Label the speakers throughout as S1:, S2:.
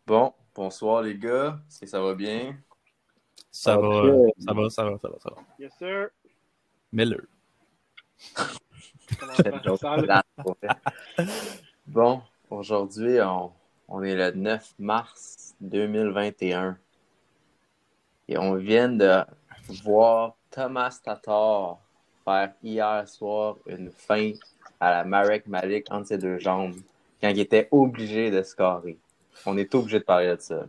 S1: Bon, bonsoir les gars, est-ce que ça va bien?
S2: Ça va, ça va.
S3: Yes, sir.
S2: Miller.
S3: Commencement
S1: Quelle autre
S3: sale.
S1: place, pour vrai. Bon, aujourd'hui, on est le 9 mars 2021 et on vient de voir Thomas Tatar faire hier soir une feinte à la Marek Malik entre ses deux jambes quand il était obligé de scorer. On est obligé de parler de ça.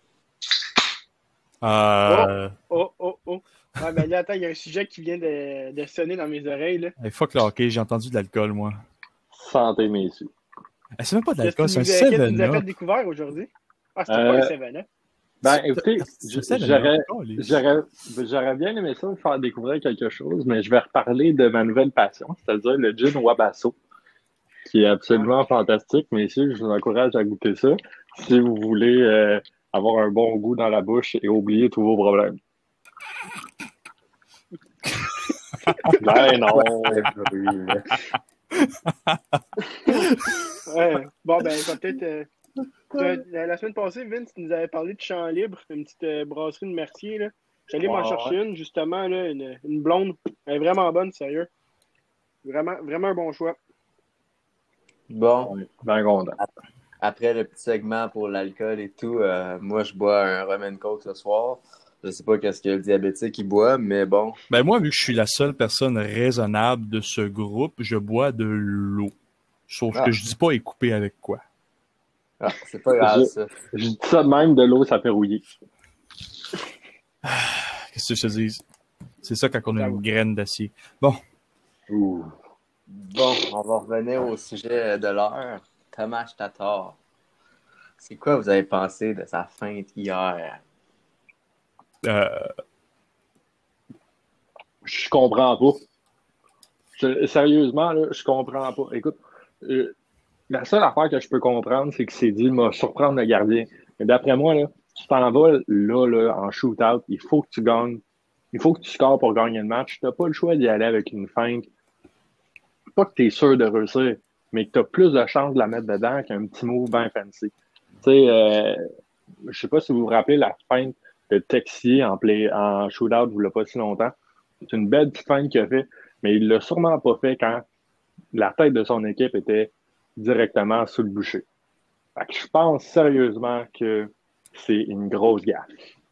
S3: Oh. Ouais, ben là, attends, il y a un sujet qui vient de sonner dans mes oreilles, là.
S2: Hey, fuck le hockey, j'ai entendu de l'alcool, moi.
S4: Santé, messieurs.
S2: Hey, c'est même pas de
S3: Qu'est-ce
S2: l'alcool, c'est un
S3: qu'est-ce que tu nous as fait
S2: 7-Up.
S3: découvrir aujourd'hui? Ah, c'était pas un 7-Up.
S4: Écoutez,
S2: C'est un 7-Up.
S4: j'aurais bien aimé ça, vous faire découvrir quelque chose, mais je vais reparler de ma nouvelle passion, c'est-à-dire le gin Wabasso, qui est absolument fantastique. Messieurs, je vous encourage à goûter ça si vous voulez avoir un bon goût dans la bouche et oublier tous vos problèmes. Ben non!
S3: Ouais. Bon, ben, ça peut-être. La semaine passée, Vince nous avait parlé de Champ Libre, une petite brasserie de Mercier, là. J'allais m'en chercher une, justement, là, une blonde. Elle est vraiment bonne, sérieux. Vraiment, vraiment un bon choix.
S1: Bon,
S4: Ben content.
S1: après le petit segment pour l'alcool et tout, moi je bois un rum and coke ce soir. Je sais pas qu'est-ce que le diabétique il boit, mais bon.
S2: Ben moi, vu que je suis la seule personne raisonnable de ce groupe, je bois de l'eau. Sauf que je dis pas est coupé avec quoi.
S1: Ah, c'est pas grave ça.
S4: Je dis ça de même, de l'eau, ça fait rouiller.
S2: Qu'est-ce que je te dis? C'est ça quand on a une graine d'acier. Bon.
S4: Ouh.
S1: Bon, on va revenir au sujet de l'heure. Thomas Tatar. C'est quoi vous avez pensé de sa feinte hier?
S4: Je comprends pas. Sérieusement, là, je comprends pas. Écoute, la seule affaire que je peux comprendre, c'est que c'est dit, m'a surprendre le gardien. Mais d'après moi, là, tu t'en vas là, en shootout, il faut que tu gagnes. Il faut que tu scores pour gagner le match. Tu n'as pas le choix d'y aller avec une feinte. Pas que tu es sûr de réussir, mais que tu as plus de chances de la mettre dedans qu'un petit move bien fancy. Tu sais, je sais pas si vous vous rappelez la feinte de Texier en shootout, vous l'a pas si longtemps. C'est une belle petite feinte qu'il a fait, mais il l'a sûrement pas fait quand la tête de son équipe était directement sous le boucher. Fait que je pense sérieusement que c'est une grosse gaffe.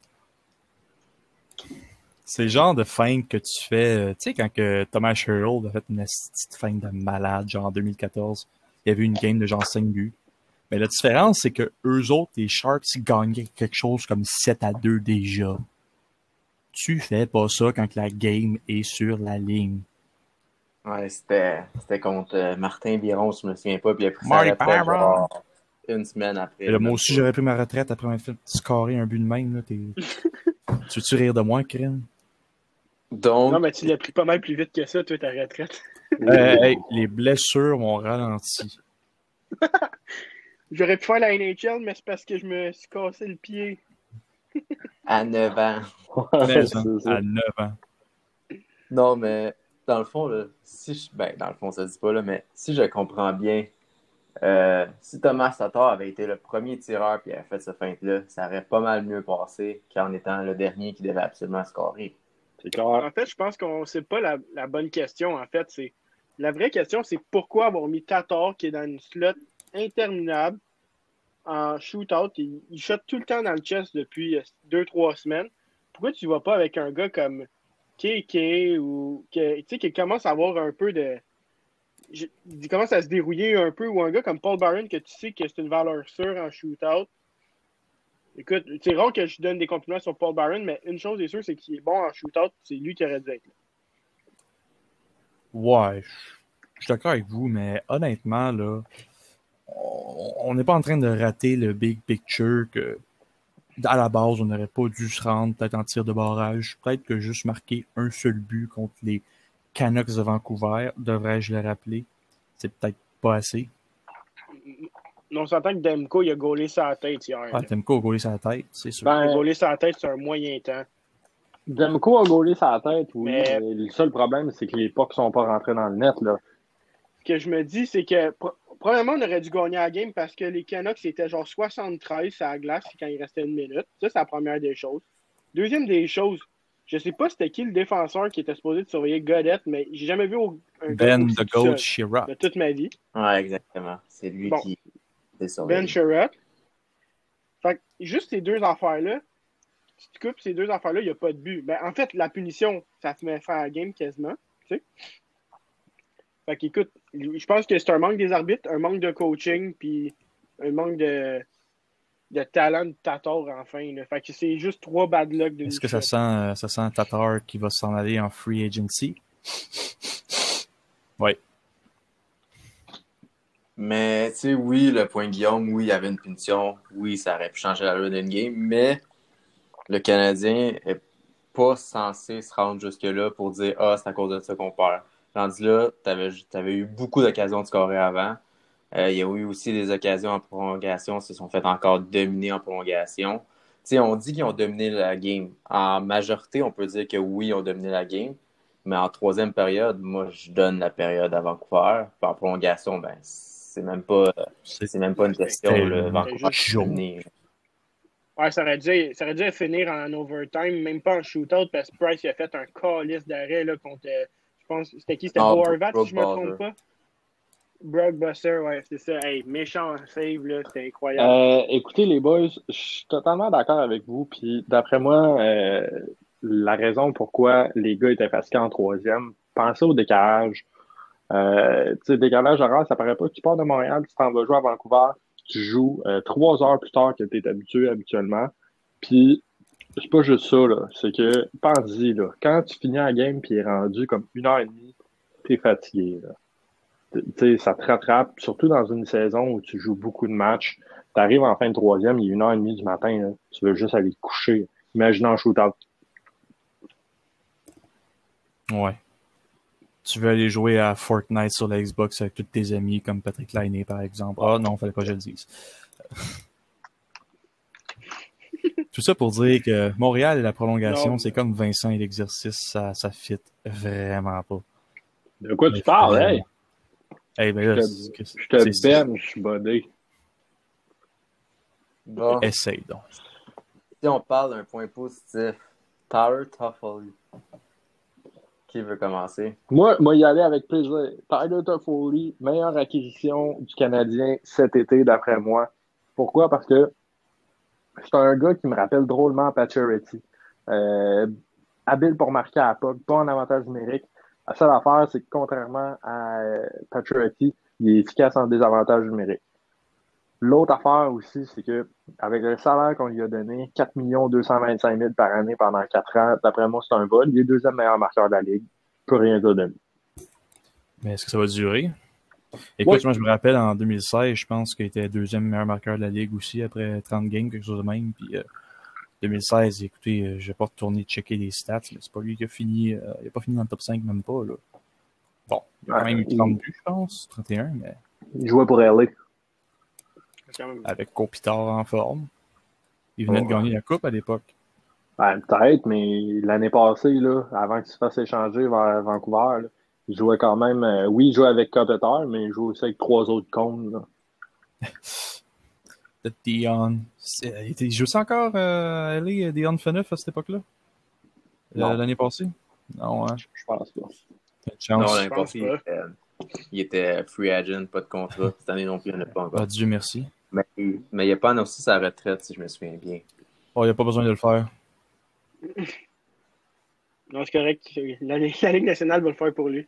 S2: C'est le genre de feinte que tu fais, tu sais, quand que Thomas Sherrill a fait une petite feinte de malade, genre en 2014, il y avait eu une game de genre 5 buts. Mais la différence, c'est que eux autres, les Sharks, ils gagnaient quelque chose comme 7-2 déjà. Tu fais pas ça quand la game est sur la ligne.
S1: Ouais, c'était contre Martin Biron, je me souviens pas, puis il a pris sa
S2: Marty
S1: retraite
S2: Byron!
S1: genre une semaine après.
S2: Et là, moi aussi, j'aurais pris ma retraite après m'être fait scorer un but de même. Là, tu veux-tu rire de moi, Karen?
S1: Donc,
S3: Non, mais tu l'as pris pas mal plus vite que ça, toi, ta retraite.
S2: Hey, les blessures m'ont ralenti.
S3: J'aurais pu faire la NHL, mais c'est parce que je me suis cassé le pied.
S1: à 9 ans.
S2: Mais
S4: C'est ça.
S2: à 9 ans.
S1: Non, mais dans le fond, là, ben, dans le fond, ça se dit pas, là, mais si je comprends bien, si Thomas Tatar avait été le premier tireur et avait fait ce feinte-là, ça aurait pas mal mieux passé qu'en étant le dernier qui devait absolument scorer.
S4: C'est clair.
S3: En fait, je pense qu'on sait pas la bonne question. En fait, la vraie question, c'est pourquoi avoir mis Tatar, qui est dans une slot interminable, en shootout. Il shot tout le temps dans le chest depuis 2-3 semaines. Pourquoi tu ne vas pas avec un gars comme KK ou qui commence à avoir un peu de. Il commence à se dérouiller un peu, ou un gars comme Paul Byron, que tu sais que c'est une valeur sûre en shootout. Écoute, c'est rare que je donne des compliments sur Paul Byron, mais une chose est sûre, c'est qu'il est bon en shootout, c'est lui qui aurait dû être là.
S2: Ouais, je suis d'accord avec vous, mais honnêtement, là, on n'est pas en train de rater le big picture que à la base, on n'aurait pas dû se rendre peut-être en tir de barrage. Peut-être que juste marquer un seul but contre les Canucks de Vancouver, devrais-je le rappeler, c'est peut-être pas assez.
S3: On s'entend que Demko, il a gaulé sa tête hier.
S2: Ah, Temko a gaulé sa tête, c'est sûr.
S3: Il a
S4: Ben,
S3: gaulé sa tête sur un moyen temps.
S4: Demko a gaulé sa tête, oui,
S3: Mais-
S4: mais le seul problème, c'est que les pucks sont pas rentrés dans le net, là.
S3: Ce que je me dis, c'est que premièrement, on aurait dû gagner la game parce que les Canucks étaient genre 73 à la glace quand il restait une minute. Ça, c'est la première des choses. Deuxième des choses, je sais pas c'était qui le défenseur qui était supposé de surveiller Godette, mais j'ai jamais vu un gars
S2: Ben
S3: aussi
S2: the
S3: seul
S2: Goat Chirac.
S3: de toute ma vie.
S1: Ouais, exactement. C'est lui
S3: Bon.
S1: qui est
S3: Ben
S1: surveillé.
S3: Sherratt. Fait que juste ces deux affaires-là, si tu coupes ces deux affaires-là, il n'y a pas de but. Ben, en fait, la punition, ça te met faire la game quasiment. Tu sais? Fait qu'écoute, je pense que c'est un manque des arbitres, un manque de coaching, puis un manque de talent de Tatar enfin. Là. Fait que c'est juste 3 bad luck d'une
S2: Est-ce que ça sent Tatar qui va s'en aller en free agency? Oui.
S1: Mais, tu sais, oui, le point de Guillaume, oui, il y avait une punition. Oui, ça aurait pu changer la loi d'une game. Mais le Canadien est pas censé se rendre jusque-là pour dire « Ah, c'est à cause de ça qu'on perd ». Rendu là, t'avais eu beaucoup d'occasions de scorer avant. Il y a eu aussi des occasions en prolongation. Ils se sont fait encore dominer en prolongation. Tu sais, on dit qu'ils ont dominé la game. En majorité, on peut dire que oui, ils ont dominé la game. Mais en troisième période, moi, je donne la période à Vancouver. Puis en prolongation, ben, c'est même pas une question.
S2: C'était
S1: Vancouver
S3: juste
S1: a dominé.
S3: Ouais, ça aurait dû finir en overtime, même pas en shootout, parce que Price il a fait un calice d'arrêt là, contre. Je pense c'était qui? C'était Bo Horvat, si je me trompe pas. Brock Buster, ouais, c'est ça. Hey, méchant save, là, c'était incroyable.
S4: Écoutez, les boys, je suis totalement d'accord avec vous. Puis, d'après moi, la raison pourquoi les gars étaient fatigués en troisième, pensez au décalage. Tu sais, décalage horaire, ça paraît pas que tu pars de Montréal, tu t'en vas jouer à Vancouver, tu joues 3 heures plus tard que tu es habitué habituellement. Puis, c'est pas juste ça, là. C'est que, pense-y, là, quand tu finis la game puis il est rendu comme 1h30, t'es fatigué, là. Tu sais, ça te rattrape, surtout dans une saison où tu joues beaucoup de matchs. Tu arrives en fin de troisième, il est 1h30 du matin, là. Tu veux juste aller te coucher. Imagine en shootout.
S2: Ouais. Tu veux aller jouer à Fortnite sur la Xbox avec tous tes amis, comme Patrick Laine, par exemple. Ah non, fallait pas que je le dise. Tout ça pour dire que Montréal et la prolongation,
S3: Non.
S2: c'est comme Vincent et l'exercice, ça fit vraiment pas.
S4: De quoi tu parles, hey?
S2: Hey, ben là,
S4: Je te bench, buddy.
S1: Bon,
S2: Essaye donc.
S1: si on parle d'un point positif, Tyler Toffoli. Qui veut commencer?
S4: Moi, y aller avec plaisir. Tyler Toffoli, meilleure acquisition du Canadien cet été, d'après moi. Pourquoi? Parce que c'est un gars qui me rappelle drôlement Pacioretty. Habile pour marquer à la puck, pas en avantage numérique. La seule affaire, c'est que contrairement à Pacioretty, il est efficace en désavantage numérique. L'autre affaire aussi, c'est que avec le salaire qu'on lui a donné, 4 225 000 par année pendant 4 ans, d'après moi, c'est un vol. Il est deuxième meilleur marqueur de la Ligue. Je peux rien dire de lui.
S2: Mais est-ce que ça va durer? Écoute,
S4: Oui.
S2: moi, je me rappelle en 2016, je pense qu'il était deuxième meilleur marqueur de la Ligue aussi, après 30 games, quelque chose de même. Puis 2016, écoutez, je vais pas retourner checker les stats, mais c'est pas lui qui a fini. Il a pas fini dans le top 5, même pas. Là. Bon, il a quand même eu 30 buts, je pense, 31, mais.
S4: Il jouait pour LA.
S2: Avec Kopitar en forme. Il venait de gagner la Coupe à l'époque.
S4: Ben, peut-être, mais l'année passée, là, avant qu'il se fasse échanger vers Vancouver, là, il jouait quand même. Oui, il jouait avec Kopitar, mais il jouait aussi avec 3 autres cônes.
S2: Peut-être Dion. Il jouait encore à LA, Dion Phaneuf à cette époque-là? L'année passée? Non, hein?
S4: Je pense pas.
S1: Non, l'année passée, il était free agent, pas de contrat. Cette année non plus, il n'y en a pas encore.
S2: Ah, Dieu merci.
S1: Mais il n'a pas annoncé sa retraite, si je me souviens bien.
S2: Oh, il n'y a pas besoin de le faire.
S3: Non, c'est correct. La Ligue nationale va le faire pour lui.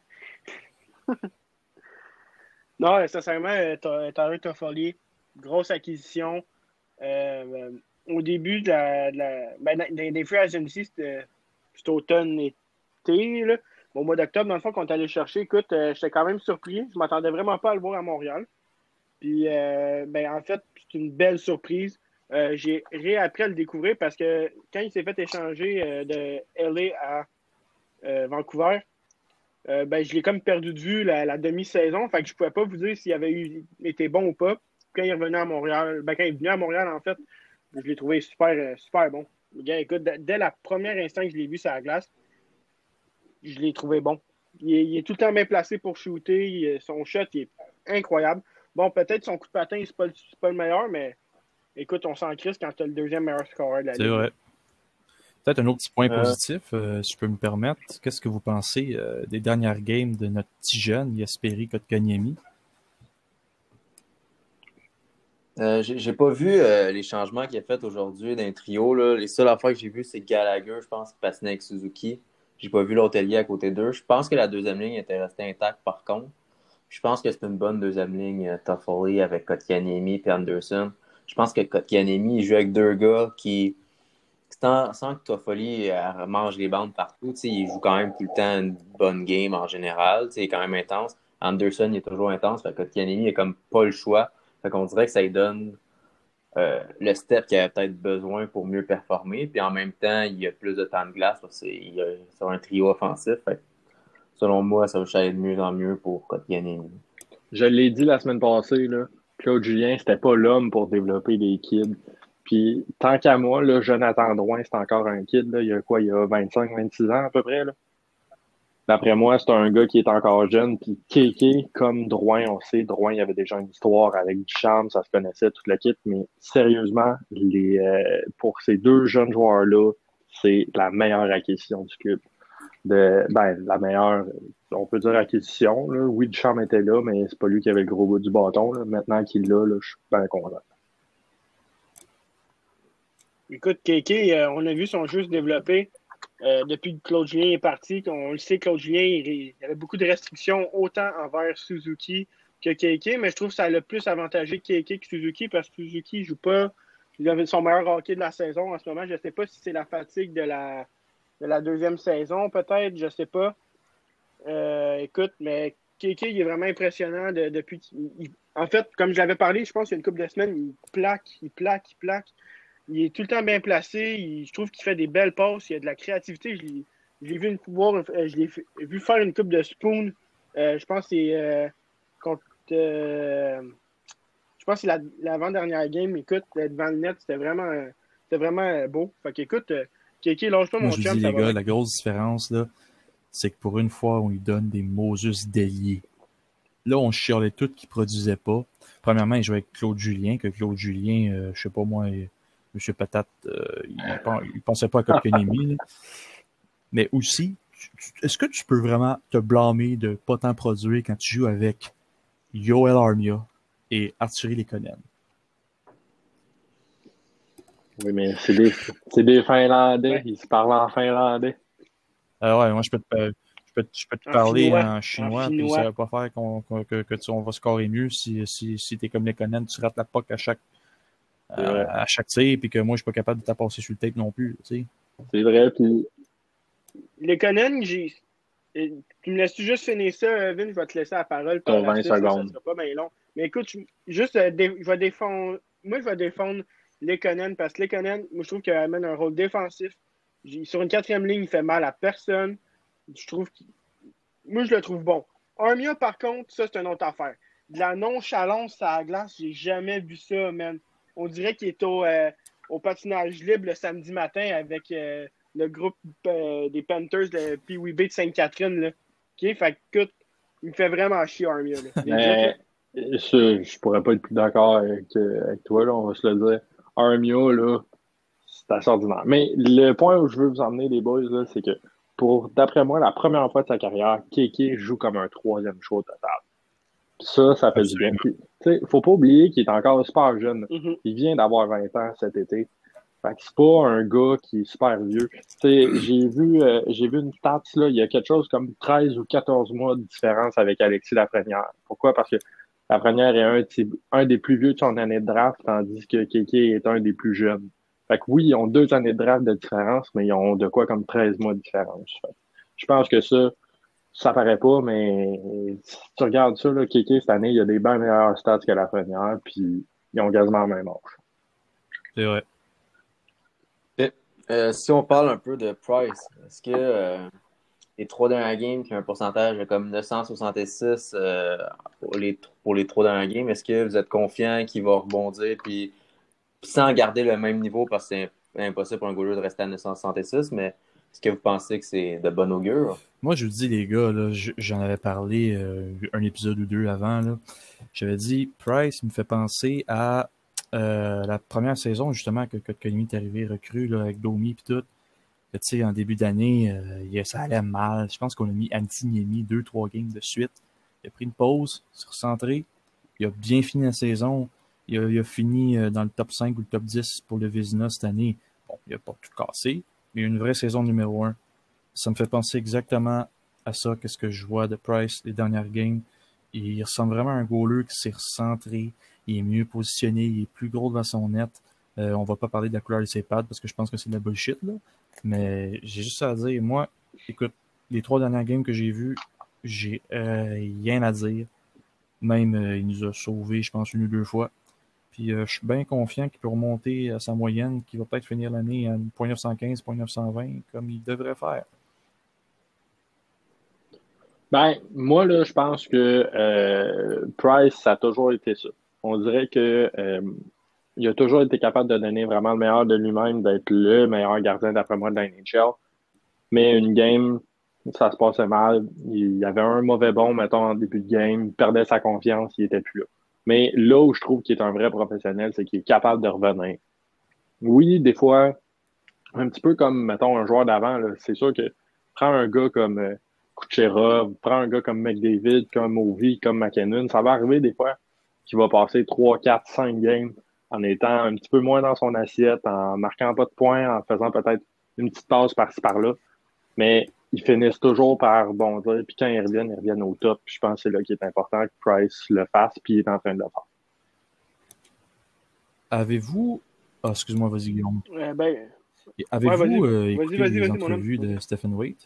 S3: Non, sincèrement, Tyler Toffoli, grosse acquisition. Au début des free agency, c'était automne-été. Au mois d'octobre, dans le fond, quand on est allé chercher, écoute, j'étais quand même surpris. Je m'attendais vraiment pas à le voir à Montréal. Puis, en fait, c'est une belle surprise. J'ai réappris à le découvrir parce que quand il s'est fait échanger de LA à Vancouver, je l'ai comme perdu de vue la demi-saison. Fait que je pouvais pas vous dire s'il avait été bon ou pas. Quand il est revenu à Montréal, quand il est venu à Montréal, en fait, je l'ai trouvé super, super bon. Le gars, écoute, dès la première instant que je l'ai vu sur la glace, je l'ai trouvé bon. Il est tout le temps bien placé pour shooter. Son shot il est incroyable. Bon, peut-être son coup de patin, c'est pas le meilleur, mais écoute, on s'en crisse quand tu as le deuxième meilleur scoreur de la
S2: C'est
S3: ligue.
S2: vrai. Peut-être un autre petit point
S1: Euh,
S2: positif, si je peux me permettre. Qu'est-ce que vous pensez des dernières games de notre petit jeune, Jesperi Kotkaniemi?
S1: j'ai pas vu les changements qu'il a fait aujourd'hui d'un trio. Là. Les seules affaires que j'ai vues, c'est Gallagher, je pense, qui patinait avec Suzuki. J'ai pas vu l'hôtelier à côté d'eux. Je pense que la deuxième ligne était restée intacte par contre. Je pense que c'est une bonne deuxième ligne, Toffoli avec Kotkaniemi et Anderson. Je pense que Kotkaniemi, il joue avec deux gars qui, sans que Toffoli mange les bandes partout, il joue quand même tout le temps une bonne game en général. Il est quand même intense. Anderson, il est toujours intense. Fait que Kotkaniemi, il a comme pas le choix. Fait qu'on dirait que ça lui donne le step qu'il avait peut-être besoin pour mieux performer. Puis en même temps, il a plus de temps de glace. C'est un trio offensif. Fait que, selon moi, ça va aller de mieux en mieux pour Kotkaniemi.
S4: Je l'ai dit la semaine passée, là, Claude Julien, c'était pas l'homme pour développer des kids. Puis, tant qu'à moi, là, Jonathan Drouin, c'est encore un kid. Là, il y a quoi? Il y a 25, 26 ans à peu près. Là. D'après moi, c'est un gars qui est encore jeune. Puis, Kéké, comme Drouin, on sait, Drouin, il y avait déjà une histoire avec Duchamp, ça se connaissait, toute la kit. Mais sérieusement, pour ces deux jeunes joueurs-là, c'est la meilleure acquisition du club. La meilleure, on peut dire acquisition. Là. Oui, Duchamp était là, mais c'est pas lui qui avait le gros bout du bâton. Là. Maintenant qu'il l'a, là, je suis bien content.
S3: Écoute, Kéké, on a vu son jeu se développer depuis que Claude Julien est parti. On le sait, Claude Julien, il y avait beaucoup de restrictions autant envers Suzuki que Kéké, mais je trouve que ça a le plus avantagé Kéké que Suzuki parce que Suzuki ne joue pas. Il avait son meilleur hockey de la saison en ce moment. Je ne sais pas si c'est la fatigue de la deuxième saison, peut-être, je ne sais pas. Écoute, mais Kéké, il est vraiment impressionnant depuis. En fait, comme je l'avais parlé, je pense qu'il y a une couple de semaines, il plaque, il plaque, il plaque. Il est tout le temps bien placé. Je trouve qu'il fait des belles passes. Il a de la créativité. Je l'ai vu vu faire une coupe de spoon. Je pense que c'est contre. Je pense que c'est l'avant-dernière game. Écoute, devant le net, c'était vraiment beau. Fait qu'écoute, Kéké, lâche pas
S2: Moi,
S3: mon
S2: je vous
S3: chum,
S2: dis,
S3: ça
S2: les
S3: va
S2: gars,
S3: bien.
S2: la grosse différence, là, c'est que pour une fois, on lui donne des Moses déliés. Là, on chialait tout qu'il produisait pas. Premièrement, il jouait avec Claude Julien, que Claude Julien, je sais pas moi, Monsieur Patate, il pensait pas à Kotkaniemi, là. Mais aussi, est-ce que tu peux vraiment te blâmer de pas tant produire quand tu joues avec Yoel Armia et Arturi Lekonen?
S4: Oui, mais c'est des Finlandais.
S3: Ouais,
S4: Ils se parlent en finlandais.
S2: Ouais, moi, je peux te
S3: en
S2: parler
S3: finnois.
S2: en
S3: En
S2: chinois, puis ça
S3: finnois.
S2: va pas faire on va scorer mieux si t'es comme Lekonen, tu rates la puck
S4: C'est vrai.
S2: à chaque tir, puis que moi, je suis pas capable de t'apasser sur le tape non plus, tu sais.
S4: C'est vrai. Puis,
S3: Les Conan, tu me laisses juste finir ça, Vin, je vais te laisser la parole par
S4: t'as
S3: la
S4: 20
S3: suite, là, ça
S4: secondes.
S3: sera pas bien long. Mais écoute, je vais défendre. Moi, je vais défendre les Conan parce que les Conan, moi, je trouve qu'il amène un rôle défensif. Sur une quatrième ligne, il fait mal à personne. Je trouve qu'il Moi, je le trouve bon. Armia, par contre, ça, c'est une autre affaire. De la nonchalance à la glace, j'ai jamais vu ça, man. On dirait qu'il est au patinage libre le samedi matin avec le groupe des Panthers, le PWB de Sainte-Catherine. Là. OK? Fait que, écoute, il me fait vraiment chier, Armia. Là. Legit, là.
S4: Mais je pourrais pas être plus d'accord avec toi, là, on va se le dire. Armia, là, c'est assez ordinaire. Mais le point où je veux vous emmener, les boys, là, c'est que d'après moi, la première fois de sa carrière, Kéké joue comme un troisième choix total. Ça fait du bien.
S2: Absolument.
S4: Puis, tu sais, faut pas oublier qu'il est encore super jeune.
S3: Mhm.
S4: Il vient d'avoir 20 ans cet été. Fait que c'est pas un gars qui est super vieux. Tu sais, j'ai vu une stats, là, il y a quelque chose comme 13 ou 14 mois de différence avec Alexis Lafrenière. Pourquoi? Parce que Lafrenière est un des plus vieux de son année de draft, tandis que Kéké est un des plus jeunes. Fait que oui, ils ont 2 années de draft de différence, mais ils ont de quoi comme 13 mois de différence. Fait que je pense que ça paraît pas, mais si tu regardes ça, là, Kéké, cette année, il y a des bien meilleurs stats que Lafrenière, puis ils ont quasiment le même âge.
S2: C'est vrai.
S1: Si on parle un peu de Price, est-ce que les trois dernières games qui ont un pourcentage de comme 966 pour les trois dernières games, est-ce que vous êtes confiant qu'il va rebondir puis sans garder le même niveau parce que c'est impossible pour un goaler de rester à 966, mais Est-ce que vous pensez que c'est de bon augure?
S2: Moi, je vous dis, les gars, là, j'en avais parlé un épisode ou deux avant. Là. J'avais dit, Price me fait penser à la première saison, justement, que Kotkaniemi est arrivé recru là, avec Domi et tout. Tu sais, en début d'année, ça allait mal. Je pense qu'on a mis Antiniemi 2-3 games de suite. Il a pris une pause, s'est recentré. Il a bien fini la saison. Il a fini dans le top 5 ou le top 10 pour le Vézina cette année. Bon, il a pas tout cassé, mais il a une vraie saison numéro 1. Ça me fait penser exactement à ça, qu'est-ce que je vois de Price les dernières games. Il ressemble vraiment à un goaler qui s'est recentré. Il est mieux positionné, il est plus gros devant son net. On va pas parler de la couleur de ses pads parce que je pense que c'est de la bullshit, là. Mais j'ai juste ça à dire. Moi, écoute, les 3 dernières games que j'ai vues, j'ai rien à dire. Même, il nous a sauvés, je pense, 1 ou 2 fois. Puis je suis bien confiant qu'il peut remonter à sa moyenne, qu'il va peut-être finir l'année à .915, .920, comme il devrait faire.
S4: Ben, moi, là, je pense que Price, ça a toujours été ça. On dirait que il a toujours été capable de donner vraiment le meilleur de lui-même, d'être le meilleur gardien, d'après moi, de la NHL. Mais une game, ça se passait mal. Il y avait un mauvais bon, mettons, en début de game. Il perdait sa confiance, il était plus là. Mais là où je trouve qu'il est un vrai professionnel, c'est qu'il est capable de revenir. Oui, des fois, un petit peu comme, mettons, un joueur d'avant, là, c'est sûr que prends un gars comme Kucherov, prends un gars comme McDavid, comme Ovi, comme McKinnon, ça va arriver des fois qu'il va passer 3, 4, 5 games en étant un petit peu moins dans son assiette, en marquant pas de points, en faisant peut-être une petite passe par-ci par-là. Mais ils finissent toujours par bondir, puis quand ils reviennent au top. Puis je pense que c'est là qu'il est important que Price le fasse, puis il est en train de le faire.
S2: Avez-vous... Ah, excuse-moi, vas-y, Guillaume.
S3: Ouais,
S2: Avez-vous
S3: vas-y.
S2: écouté
S3: Vas-y,
S2: les
S3: mon homme.
S2: entrevues de Stephen Waite?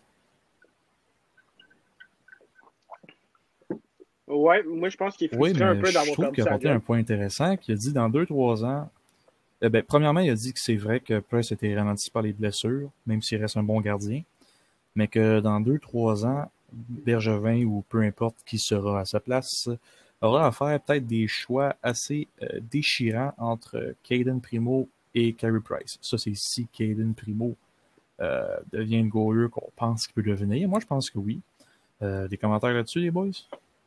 S3: Ouais, moi je pense qu'il est
S2: Oui,
S3: frustré un
S2: mais
S3: peu
S2: je
S3: d'avoir
S2: trouve
S3: perdu
S2: qu'il a
S3: sa
S2: apporté un
S3: job.
S2: point intéressant, qu'il a dit dans 2-3 ans... premièrement, il a dit que c'est vrai que Price a été ralenti par les blessures, même s'il reste un bon gardien, mais que dans 2-3 ans, Bergevin ou peu importe qui sera à sa place aura à faire peut-être des choix assez déchirants entre Caden Primo et Carey Price. Ça, c'est si Caden Primo devient le goaler qu'on pense qu'il peut devenir. Moi, je pense que oui. Des commentaires là-dessus, les boys?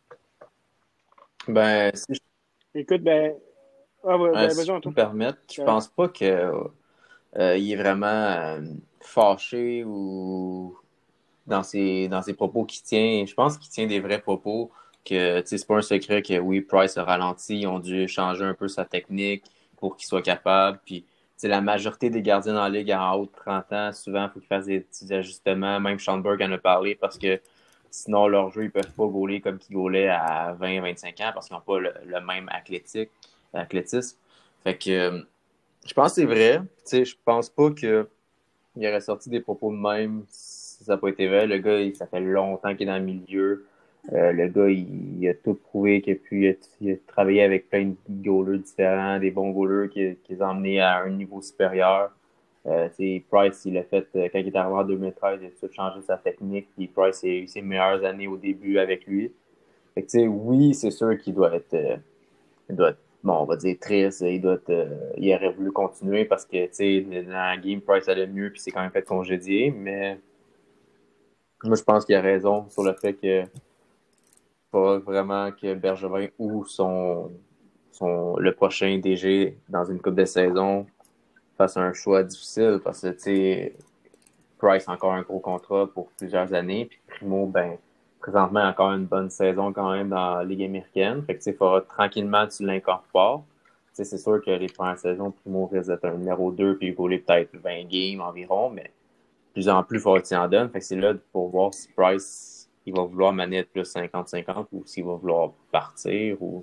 S1: Ben, si je,
S3: Écoute,
S1: si
S3: vas-y,
S1: je peux me
S3: Antoine.
S1: permettre, je pense pas que il est vraiment fâché ou dans ses propos qu'il tient. Je pense qu'il tient des vrais propos, que tu sais, c'est pas un secret que oui, Price a ralenti, ils ont dû changer un peu sa technique pour qu'il soit capable. Puis tu sais, la majorité des gardiens dans la ligue en haut de 30 ans, souvent, il faut qu'ils fassent des petits ajustements. Même Schoenberg en a parlé parce que sinon, leur jeu, ils peuvent pas gauler comme qu'ils gaulaient à 20-25 ans parce qu'ils n'ont pas le même athlétisme. Fait que je pense que c'est vrai. Tu sais, je pense pas que il aurait sorti des propos de même si ça n'a pas été vrai. Le gars, ça fait longtemps qu'il est dans le milieu. Le gars, il a tout prouvé qu'il a il a travaillé avec plein de goalers différents, des bons goalers qui les ont emmenés à un niveau supérieur. Price, il l'a fait quand il est arrivé en 2013, il a tout changé sa technique. Puis Price a eu ses meilleures années au début avec lui. Fait que, oui, c'est sûr qu'il doit être, bon, on va dire triste. Il aurait voulu continuer parce que, tu sais, dans la game, Price allait mieux puis c'est quand même fait congédier. Mais moi, je pense qu'il a raison sur le fait que pas vraiment que Bergevin ou le prochain DG dans une coupe de saison fasse un choix difficile parce que, tu sais, Price a encore un gros contrat pour plusieurs années. Puis Primo, ben, présentement, encore une bonne saison quand même dans la Ligue américaine. Fait que, tu sais, il faudra tranquillement tu l'incorpores. Tu sais, c'est sûr que les premières saisons, Primo risque d'être un numéro 2 puis il voulait peut-être 20 games environ, mais de plus en plus, il faudra que tu en donnes. Fait que c'est là pour voir si Price, il va vouloir maner plus 50-50 ou s'il va vouloir partir ou...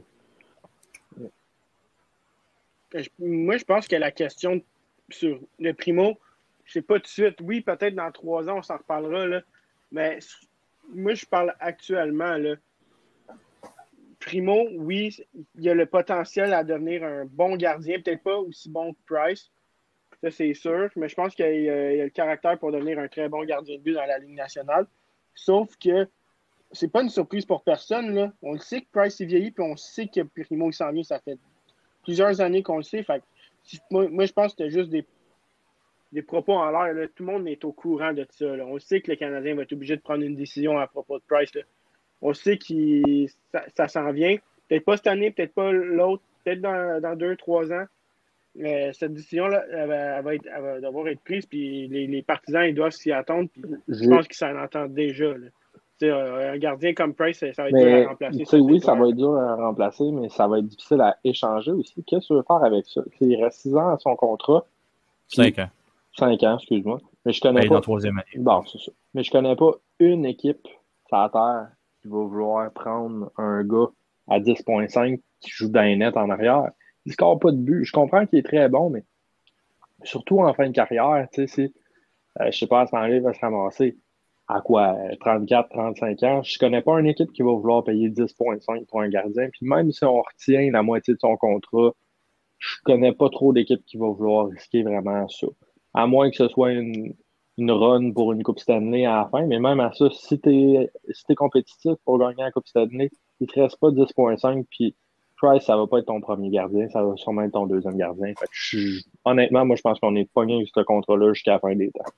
S3: Moi, je pense que la question sur le Primo, c'est pas tout de suite. Oui, peut-être dans 3 ans, on s'en reparlera, là. Mais moi, je parle actuellement, là. Primo, oui, il a le potentiel à devenir un bon gardien, peut-être pas aussi bon que Price, ça c'est sûr, mais je pense qu'il a le caractère pour devenir un très bon gardien de but dans la Ligue nationale. Sauf que c'est pas une surprise pour personne, là. On le sait que Price est vieilli, puis on sait que Primo il s'en vient, ça fait plusieurs années qu'on le sait. Fait que, moi, je pense que c'était juste des propos en l'air. Là. Tout le monde est au courant de ça. Là. On sait que le Canadien va être obligé de prendre une décision à propos de Price. Là. On sait que ça s'en vient. Peut-être pas cette année, peut-être pas l'autre, peut-être dans 2-3 ans. Cette décision-là, elle va devoir être prise, puis les partisans, ils doivent s'y attendre. Puis je pense qu'ils s'en entendent déjà. Là. Un gardien comme Price, ça va être dur à remplacer.
S4: Oui, ça va être dur à remplacer, mais ça va être difficile à échanger aussi. Qu'est-ce que tu veux faire avec ça? Il reste 6 ans à son contrat.
S2: 5 ans.
S4: 5 ans, excuse-moi. Mais je connais
S2: Ben,
S4: pas.
S2: dans la troisième année.
S4: Bon, c'est ça. Mais je connais pas une équipe sur la Terre qui va vouloir prendre un gars à 10,5 qui joue dans les nets en arrière. Il score pas de but. Je comprends qu'il est très bon, mais surtout en fin de carrière, tu sais, si, je sais pas, à ce moment-là, il va se ramasser à quoi, 34, 35 ans. Je connais pas une équipe qui va vouloir payer 10,5 pour un gardien. Puis même si on retient la moitié de son contrat, je connais pas trop d'équipes qui vont vouloir risquer vraiment ça. À moins que ce soit une run pour une Coupe Stanley à la fin, mais même à ça, si t'es compétitif pour gagner la Coupe Stanley, il te reste pas 10,5, puis Price, ça va pas être ton premier gardien, ça va sûrement être ton deuxième gardien. Fait que honnêtement, moi, je pense qu'on est pogné avec ce contrat-là jusqu'à la fin des temps.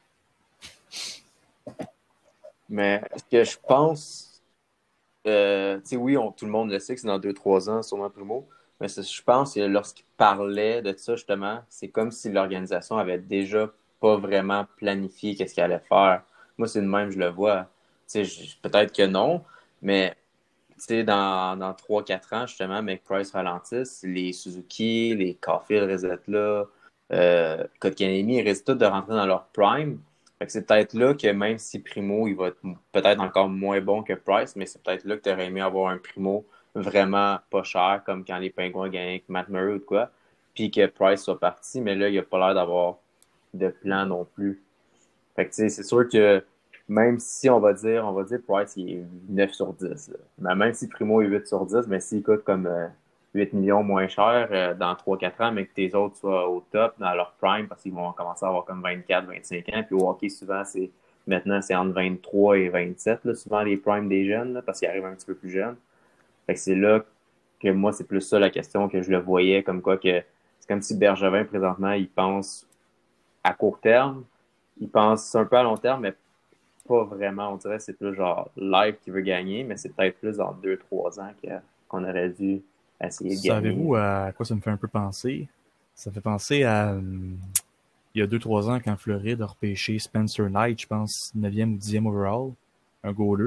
S1: Mais ce que je pense, tu sais, oui, tout le monde le sait que c'est dans 2-3 ans, sûrement Primo, mais je pense que lorsqu'il parlait de ça, justement, c'est comme si l'organisation avait déjà pas vraiment planifié qu'est-ce qu'elle allait faire. Moi, c'est de même, je le vois. Tu sais, peut-être que non, mais tu sais, dans 3-4 ans, justement, McPrice ralentisse, les Suzuki, les Caulfield restent là, Kotkaniemi, ils risquent tous de rentrer dans leur prime. Fait que c'est peut-être là que même si Primo, il va être peut-être encore moins bon que Price, mais c'est peut-être là que tu aurais aimé avoir un Primo vraiment pas cher, comme quand les Penguins gagnaient avec Matt Murray ou de quoi, puis que Price soit parti, mais là, il a pas l'air d'avoir de plan non plus. Fait que, tu sais, c'est sûr que même si on va dire Price, il est 9 sur 10. Là. Mais même si Primo est 8 sur 10, mais s'il coûte comme 8 millions moins cher dans 3-4 ans, mais que tes autres soient au top dans leur prime, parce qu'ils vont commencer à avoir comme 24-25 ans. Puis au hockey, souvent, maintenant, c'est entre 23 et 27, là, souvent les primes des jeunes, là, parce qu'ils arrivent un petit peu plus jeunes. Fait que c'est là que moi, c'est plus ça la question que je le voyais, comme quoi que c'est comme si Bergevin, présentement, il pense à court terme, il pense un peu à long terme, mais pas vraiment. On dirait que c'est plus genre live qui veut gagner, mais c'est peut-être plus dans 2-3 ans qu'on aurait dû essayer de gagner.
S2: Savez-vous à quoi ça me fait un peu penser? Ça fait penser à il y a 2-3 ans quand Floride a repêché Spencer Knight, je pense 9e ou 10e overall, un goaler.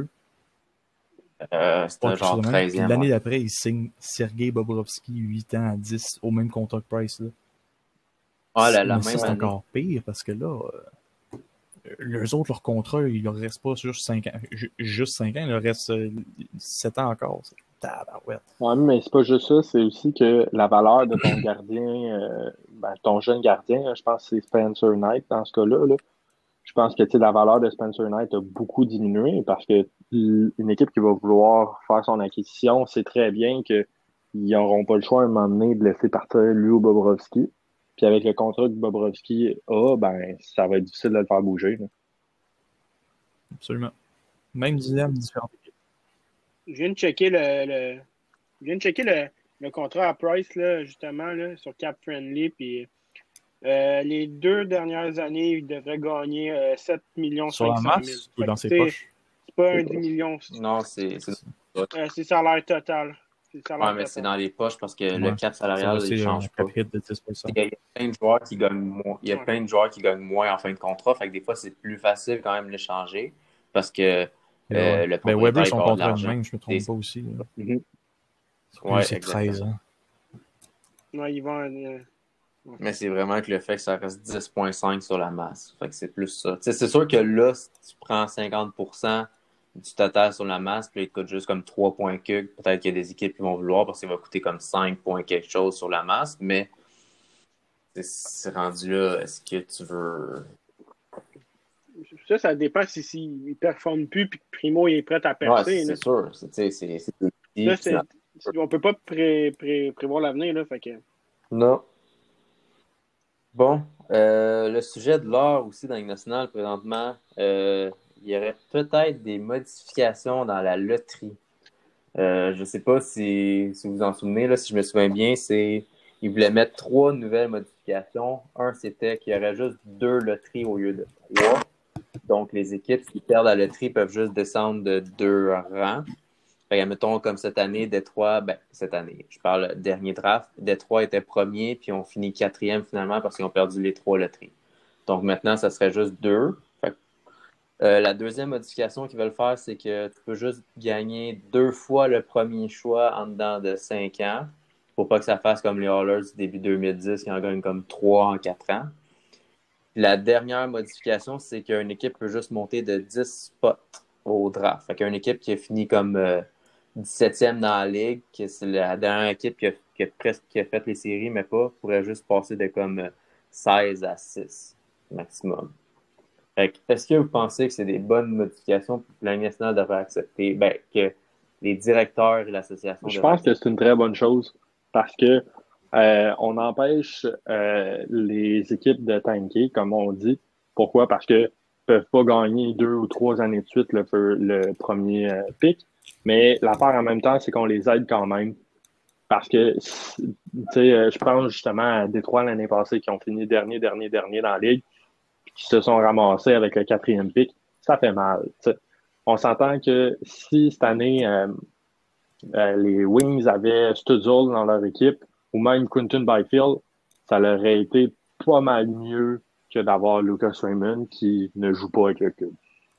S1: C'était genre 13e.
S2: L'année d'après, il signe Sergei Bobrovsky 8 ans à 10 au même contrat que Price. Là.
S1: Ah, la même
S2: c'est
S1: année.
S2: encore pire parce que là, les autres, leur contrat, il leur reste pas juste 5 ans. Juste 5 ans, il leur reste 7 ans encore. Tabarouette.
S4: Ouais, mais c'est pas juste ça, c'est aussi que la valeur de ton gardien, ton jeune gardien, je pense que c'est Spencer Knight dans ce cas-là. Là. Je pense que la valeur de Spencer Knight a beaucoup diminué parce que une équipe qui va vouloir faire son acquisition sait très bien qu'ils n'auront pas le choix à un moment donné de laisser partir lui ou Bobrovsky. Puis avec le contrat que Bobrovsky a, ça va être difficile de le faire bouger. Là.
S2: Absolument. Même dilemme différent.
S3: Je viens de checker le contrat à Price, là, justement, là, sur Cap Friendly. Puis les 2 dernières années, il devrait gagner 7 millions
S2: sur la masse ou dans ses poches?
S3: C'est pas un 10 millions.
S1: Non, c'est
S3: salaire total.
S1: Ouais, mais c'est dans les poches parce que le cap salarial, il change pas.
S2: De 10%.
S1: Il y a plein de joueurs qui gagnent moins. Il y a plein de joueurs qui gagnent moins en fin de contrat. Fait que des fois, c'est plus facile quand même de l'échanger parce que le propriétaire
S2: Weber, son
S1: va avoir de
S2: contrat de
S1: l'argent.
S2: même, je me trompe pas aussi.
S1: Ouais,
S2: c'est 13 ans.
S3: Ouais, ils vont...
S1: Mais c'est vraiment que le fait que ça reste 10,5 sur la masse. Fait que c'est plus ça. T'sais, c'est sûr que là, si tu prends 50% du total sur la masse, puis il te coûte juste comme 3 points que peut-être qu'il y a des équipes qui vont vouloir parce qu'il va coûter comme 5 points quelque chose sur la masse, mais c'est rendu là, est-ce que tu veux...
S3: Ça dépend s'il ne performe plus puis que Primo il est prêt à percer.
S1: Ouais, c'est sûr.
S3: On ne peut pas prévoir l'avenir. Là, fait que...
S1: Non. Bon, le sujet de l'or aussi dans la Ligue nationale présentement, il y aurait peut-être des modifications dans la loterie. Je ne sais pas si vous en souvenez, là, si je me souviens bien, ils voulaient mettre 3 nouvelles modifications. Un, c'était qu'il y aurait juste 2 loteries au lieu de 3. Donc, les équipes qui perdent la loterie peuvent juste descendre de 2 rangs. Fait que, mettons, comme cette année, Détroit, cette année, je parle dernier draft, Détroit était premier, puis on finit 4e finalement parce qu'ils ont perdu les 3 loteries. Donc maintenant, ça serait juste 2. Fait que, la deuxième modification qu'ils veulent faire, c'est que tu peux juste gagner 2 fois le premier choix en dedans de 5 ans. Pour pas que ça fasse comme les Oilers du début 2010 qui en gagnent comme 3 en 4 ans. La dernière modification, c'est qu'une équipe peut juste monter de 10 spots au draft. Fait qu'une équipe qui a fini comme 17e dans la ligue, que c'est la dernière équipe qui a fait les séries, mais pas, pourrait juste passer de comme 16 à 6 maximum. Fait que, est-ce que vous pensez que c'est des bonnes modifications pour que la Ligue nationale devrait accepter, que les directeurs et l'association
S4: Je pense que c'est une très bonne chose parce que on empêche les équipes de tanker, comme on dit. Pourquoi? Parce qu'ils ne peuvent pas gagner 2 ou 3 années de suite le premier pick. Mais l'affaire en même temps, c'est qu'on les aide quand même. Parce que, tu sais, je pense justement à Détroit l'année passée qui ont fini dernier dans la ligue, puis qui se sont ramassés avec le 4e pick. Ça fait mal. T'sais. On s'entend que si cette année, les Wings avaient Stützle dans leur équipe, ou même Quinton Byfield, ça leur aurait été pas mal mieux que d'avoir Lucas Raymond qui ne joue pas avec le club.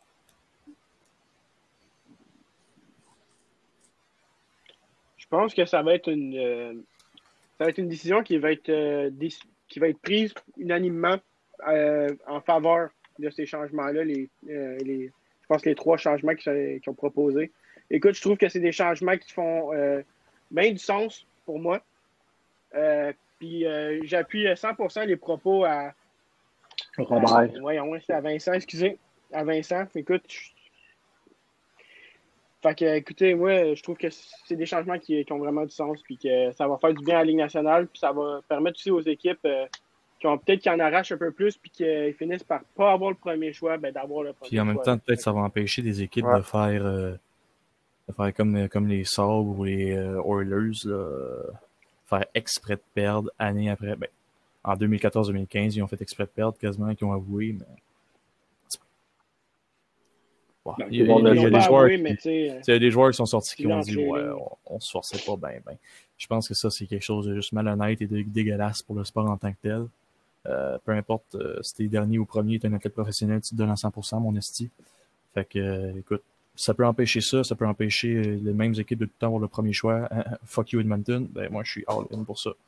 S3: Je pense que ça va être une décision qui va être prise unanimement en faveur de ces changements-là. Je pense que les 3 changements qu'ils ont proposés. Écoute, je trouve que c'est des changements qui font bien du sens pour moi. Puis j'appuie 100% les propos à
S4: Robert.
S3: C'est à Vincent, excusez. À Vincent. Écoute, fait que, écoutez, moi, je trouve que c'est des changements qui ont vraiment du sens, puis que ça va faire du bien à la Ligue nationale, puis ça va permettre aussi aux équipes qui en arrachent un peu plus, puis qu'ils finissent par pas avoir le premier choix, d'avoir le premier choix.
S2: Puis en même temps, peut-être ça va empêcher des équipes de faire comme les Sabres ou les Oilers, là, faire exprès de perdre année après. En 2014-2015, ils ont fait exprès de perdre quasiment, qu'ils ont avoué, mais il y a des joueurs qui sont sortis qui ont dit on se forçait pas bien. Je pense que ça, c'est quelque chose de juste malhonnête et de dégueulasse pour le sport en tant que tel. Peu importe si t'es dernier ou premier, t'es un athlète professionnel, tu te donnes à 100%, mon esti. Fait que, écoute, ça peut empêcher ça peut empêcher les mêmes équipes de tout le temps avoir le premier choix. Fuck you Edmonton, moi je suis all-in pour ça.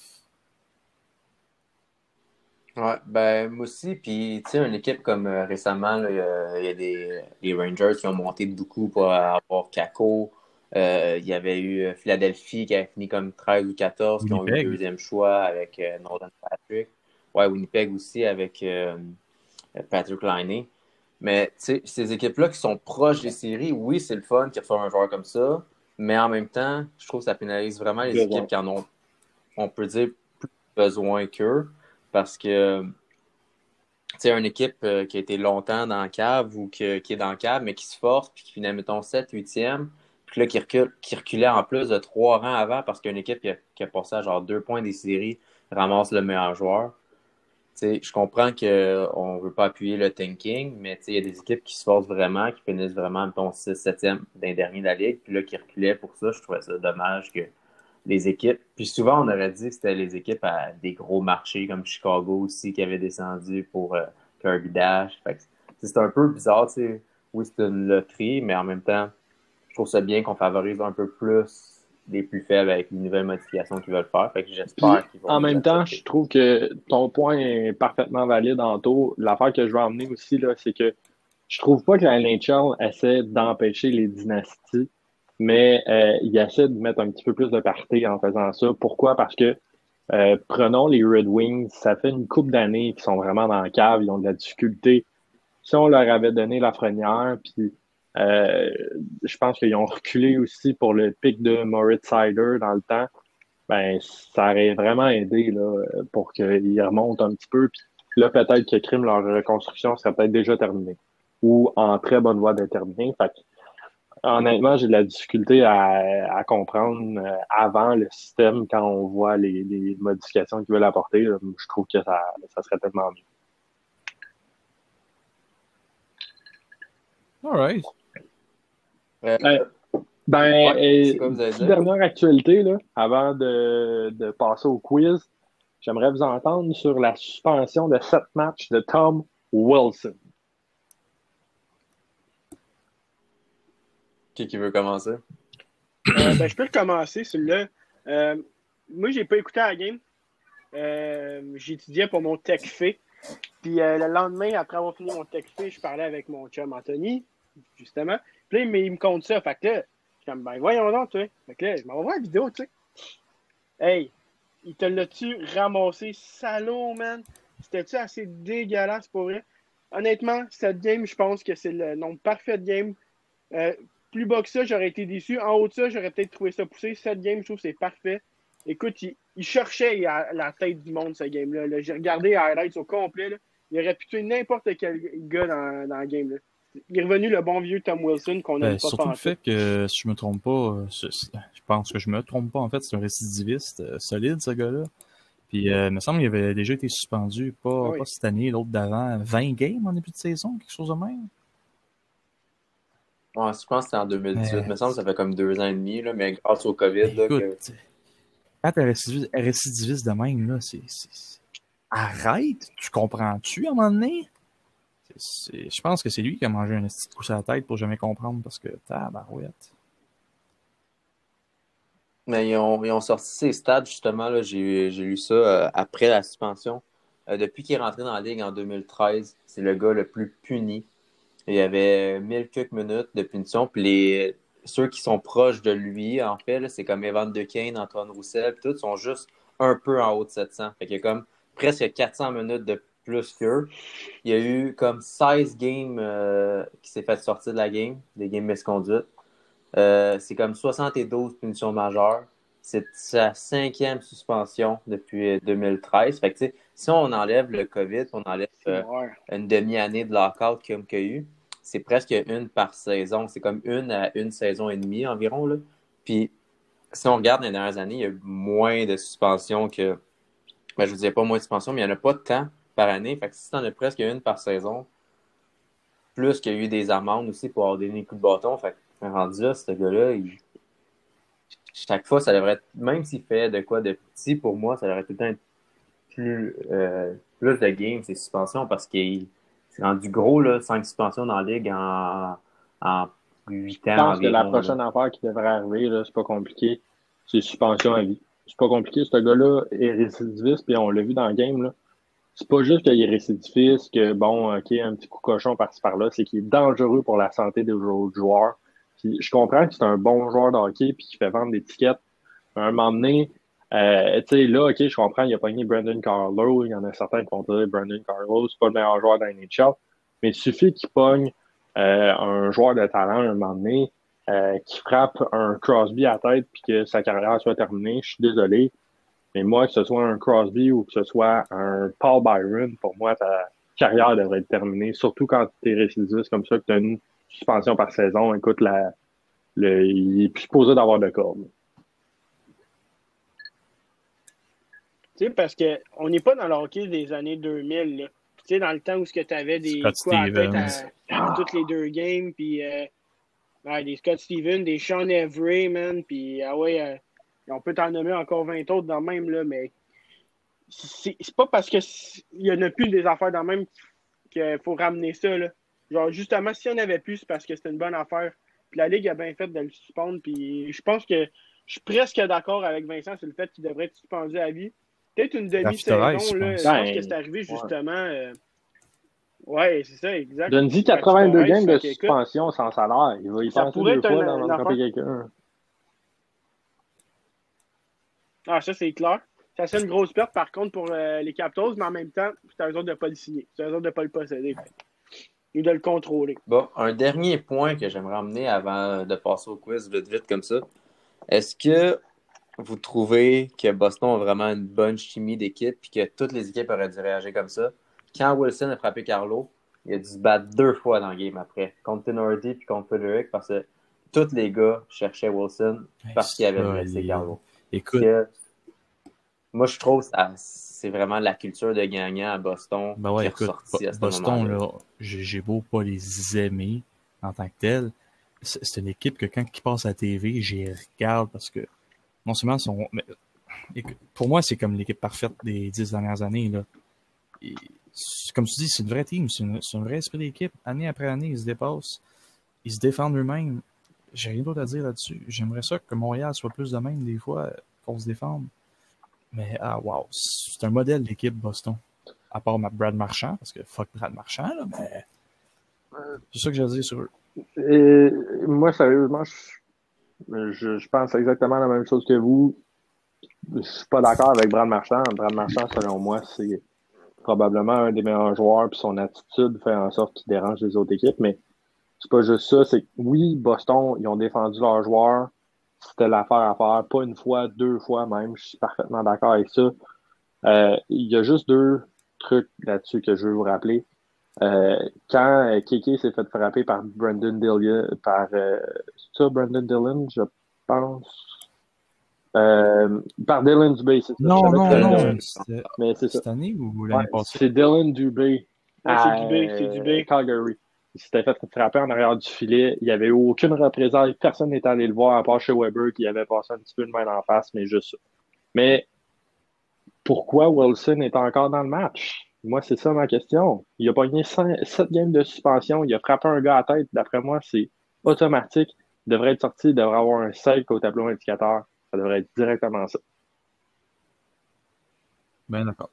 S1: Ouais, moi aussi, puis tu sais, une équipe comme récemment, là, il y a les Rangers qui ont monté beaucoup pour avoir Kako. Il y avait eu Philadelphie qui avait fini comme 13 ou 14, qui ont eu le deuxième choix avec Northern Patrick. Ouais, Winnipeg aussi avec Patrick Laine. Mais tu sais, ces équipes-là qui sont proches des séries, oui, c'est le fun qu'ils reçoivent un joueur comme ça, mais en même temps, je trouve que ça pénalise vraiment les équipes qui en ont, on peut dire, plus besoin qu'eux. Parce que, tu sais, une équipe qui a été longtemps dans la cave ou qui est dans la cave, mais qui se force, puis qui finit, mettons, 7, 8e, puis là, qui reculait en plus de 3 rangs avant parce qu'une équipe qui a passé à genre 2 points des séries ramasse le meilleur joueur. Tu sais, je comprends qu'on ne veut pas appuyer le tanking, mais tu sais, il y a des équipes qui se forcent vraiment, qui finissent vraiment, mettons, 6, 7e d'un dernier de la ligue, puis là, qui reculaient pour ça. Je trouvais ça dommage que les équipes. Puis souvent, on aurait dit que c'était les équipes à des gros marchés comme Chicago aussi qui avaient descendu pour Kirby Dash. Fait que c'est un peu bizarre, tu sais. Oui, c'est une loterie, mais en même temps, je trouve ça bien qu'on favorise un peu plus les plus faibles avec les nouvelles modifications qu'ils veulent faire. Fait que j'espère qu'ils vont.
S4: En même temps, je trouve que ton point est parfaitement valide, Anto. L'affaire que je veux emmener aussi, là, c'est que je trouve pas que la NHL essaie d'empêcher les dynasties, mais il essaie de mettre un petit peu plus de parité en faisant ça. Pourquoi? Parce que prenons les Red Wings, ça fait une couple d'années qu'ils sont vraiment dans la cave, ils ont de la difficulté. Si on leur avait donné Lafrenière, puis je pense qu'ils ont reculé aussi pour le pic de Moritz Seider dans le temps, ça aurait vraiment aidé là, pour qu'ils remontent un petit peu. Puis là, peut-être que Crime, leur reconstruction serait peut-être déjà terminée ou en très bonne voie d'être terminée. Fait Honnêtement, j'ai de la difficulté à comprendre avant le système quand on voit les modifications qu'ils veulent apporter. Là. Je trouve que ça serait tellement mieux.
S2: All right.
S1: C'est quoi vous allez
S4: Petite
S1: dire?
S4: dernière actualité, là, avant de passer au quiz. J'aimerais vous entendre sur la suspension de 7 matchs de Tom Wilson.
S1: Qui veut commencer?
S3: Je peux le commencer, celui-là. Moi, j'ai pas écouté la game. J'étudiais pour mon TechFé. Puis le lendemain, après avoir fini mon TechFé, je parlais avec mon chum Anthony, justement. Puis là, il me compte ça. Fait que là, je suis comme, ben voyons donc, tu sais. Fait que là, je m'envoie la vidéo, tu sais. Hey, il te l'a-tu ramassé, salaud, man? C'était-tu assez dégueulasse pour vrai? Honnêtement, cette game, je pense que c'est le nombre parfait de game. Plus bas que ça, j'aurais été déçu. En haut de ça, j'aurais peut-être trouvé ça poussé. Cette game, je trouve que c'est parfait. Écoute, il cherchait la tête du monde, ce game-là. Là. J'ai regardé les highlights au complet. Là. Il aurait pu tuer n'importe quel gars dans la game. Là. Il est revenu le bon vieux Tom Wilson qu'on n'a pas
S2: Surtout le fait que, si je me trompe pas, je pense que je me trompe pas, en fait, c'est un récidiviste solide, ce gars-là. Puis, il me semble qu'il avait déjà été suspendu, pas cette année, l'autre d'avant, 20 games en début de saison, quelque chose de même.
S1: Ouais, je pense que c'était en 2018. Il me semble que ça fait comme 2 ans et demi, là, mais grâce au COVID. Là,
S2: écoute, quand t'es récidiviste de même, là, c'est... Arrête! Tu comprends-tu à un moment donné? Je pense que c'est lui qui a mangé un petit coup sur la tête pour jamais comprendre parce que tabarouette.
S1: Mais ils ont sorti ses stats, justement. Là, j'ai lu ça après la suspension. Depuis qu'il est rentré dans la Ligue en 2013, c'est le gars le plus puni. Il y avait 1000 quelques minutes de punition. Puis ceux qui sont proches de lui, en fait, là, c'est comme Evan DeCane, Antoine Roussel, puis tous sont juste un peu en haut de 700. Fait qu'il y a comme presque 400 minutes de plus qu'eux. Il y a eu comme 16 games qui s'est fait sortir de la game, des games misconduites. C'est comme 72 punitions majeures. C'est sa 5e suspension depuis 2013. Fait que, tu sais, si on enlève le COVID, on enlève une demi-année de lockout qu'il y a eu, c'est presque une par saison. C'est comme une à une saison et demie environ. Là. Puis, si on regarde les dernières années, il y a eu moins de suspensions que... Ben, je ne vous disais pas moins de suspensions, mais il n'y en a pas tant par année. Fait que si tu en as presque une par saison, plus qu'il y a eu des amendes aussi pour avoir donné des coups de bâton, fait que rendu là, ce gars-là, chaque fois, ça devrait être, même s'il fait de quoi de petit, pour moi, ça devrait tout le temps être plus de game, ces suspensions, parce qu'il c'est rendu gros, là, 5 suspensions dans la ligue en 8 ans.
S4: Je pense que la
S1: environ,
S4: prochaine affaire qui devrait arriver, là, c'est pas compliqué, c'est suspension à vie. C'est pas compliqué, ce gars-là est récidiviste, puis on l'a vu dans le game, là. C'est pas juste qu'il est récidiviste, que bon, ok, un petit coup cochon par-ci par-là, c'est qu'il est dangereux pour la santé des autres joueurs. Puis, je comprends que c'est un bon joueur de hockey puis qu'il fait vendre des tickets. À un moment donné, tu sais, là, ok, je comprends, il a pogné Brandon Carlo, il y en a certains qui vont dire Brandon Carlo, c'est pas le meilleur joueur de la NHL, mais il suffit qu'il pogne un joueur de talent à un moment donné, qui frappe un Crosby à la tête puis que sa carrière soit terminée. Je suis désolé. Mais moi, que ce soit un Crosby ou que ce soit un Paul Byron, pour moi, ta carrière devrait être terminée. Surtout quand tu es récidiviste comme ça, que tu as une suspension par saison. Écoute, il est plus supposé d'avoir de corde.
S3: Tu sais, parce qu'on n'est pas dans le hockey des années 2000. Là. Tu sais, dans le temps où tu avais des
S2: Scott
S3: coups à la tête
S2: Stevens.
S3: à toutes les 2 games, puis des Scott Stevens, des Sean Every, man, puis on peut t'en nommer encore 20 autres dans le même, là, mais c'est pas parce qu'il y en a plus des affaires dans le même qu'il faut ramener ça, là. Genre, justement, s'il y en avait plus, c'est parce que c'était une bonne affaire. Puis la Ligue a bien fait de le suspendre, puis je pense que je suis presque d'accord avec Vincent sur le fait qu'il devrait être suspendu à vie. Peut-être une demi-saison, là, je pense que c'est arrivé, justement... Ouais, c'est ça, exact.
S4: Donne-y 82 games de suspension sans salaire. Il va y penser 2 fois dans d'attraper quelqu'un.
S3: Ah, ça, c'est clair. Ça serait une grosse perte, par contre, pour les Capitals, mais en même temps, c'est à eux autres de ne pas le signer. C'est à eux autres de ne pas le posséder. Et de le contrôler.
S1: Bon, un dernier point que j'aimerais emmener avant de passer au quiz vite comme ça. Est-ce que vous trouvez que Boston a vraiment une bonne chimie d'équipe et que toutes les équipes auraient dû réagir comme ça? Quand Wilson a frappé Carlo, il a dû se battre 2 fois dans le game après, contre Tenorti et contre Federic, parce que tous les gars cherchaient Wilson parce qu'il avait blessé Carlo.
S2: Écoute,
S1: moi, je trouve que c'est vraiment la culture de gagnant à Boston
S2: ben ouais,
S1: qui est
S2: écoute,
S1: ressortie à ce
S2: Boston,
S1: moment-là.
S2: là, j'ai beau pas les aimer en tant que tel, c'est une équipe que quand ils passent à la TV, j'y regarde parce que non seulement sont... Mais, pour moi, c'est comme l'équipe parfaite des 10 dernières années. Là. Et, comme tu dis, c'est une vraie team, c'est un vrai esprit d'équipe. Année après année, ils se dépassent, ils se défendent eux-mêmes. J'ai rien d'autre à dire là-dessus. J'aimerais ça que Montréal soit plus de même des fois, qu'on se défende. Mais wow, c'est un modèle d'équipe Boston. À part Brad Marchand, parce que fuck Brad Marchand, là, mais c'est ça que j'ai à dire sur eux.
S4: Et moi, sérieusement, je pense exactement la même chose que vous. Je suis pas d'accord avec Brad Marchand. Brad Marchand, selon moi, c'est probablement un des meilleurs joueurs, puis son attitude fait en sorte qu'il dérange les autres équipes. Mais c'est pas juste ça. C'est que oui, Boston, ils ont défendu leurs joueurs. C'était l'affaire à faire. Pas une fois, deux fois même. Je suis parfaitement d'accord avec ça. Il y a juste deux trucs là-dessus que je veux vous rappeler. Quand Kéké s'est fait frapper par Brandon Dillon, c'est ça, Brandon Dillon, je pense. Par Dylan Dubé, c'est ça.
S2: Non,
S4: Dillon, mais c'est ça.
S2: Cette année ou l'année passée?
S4: C'est Dylan Dubé
S3: c'est Dubé.
S4: Calgary. Il s'était fait frapper en arrière du filet. Il n'y avait eu aucune représailles. Personne n'est allé le voir à part chez Weber qui avait passé un petit peu de main en face, mais juste ça. Mais pourquoi Wilson est encore dans le match? Moi, c'est ça ma question. Il a pogné 7 games de suspension. Il a frappé un gars à la tête. D'après moi, c'est automatique. Il devrait être sorti. Il devrait avoir un 5 au tableau indicateur. Ça devrait être directement ça.
S2: Ben d'accord.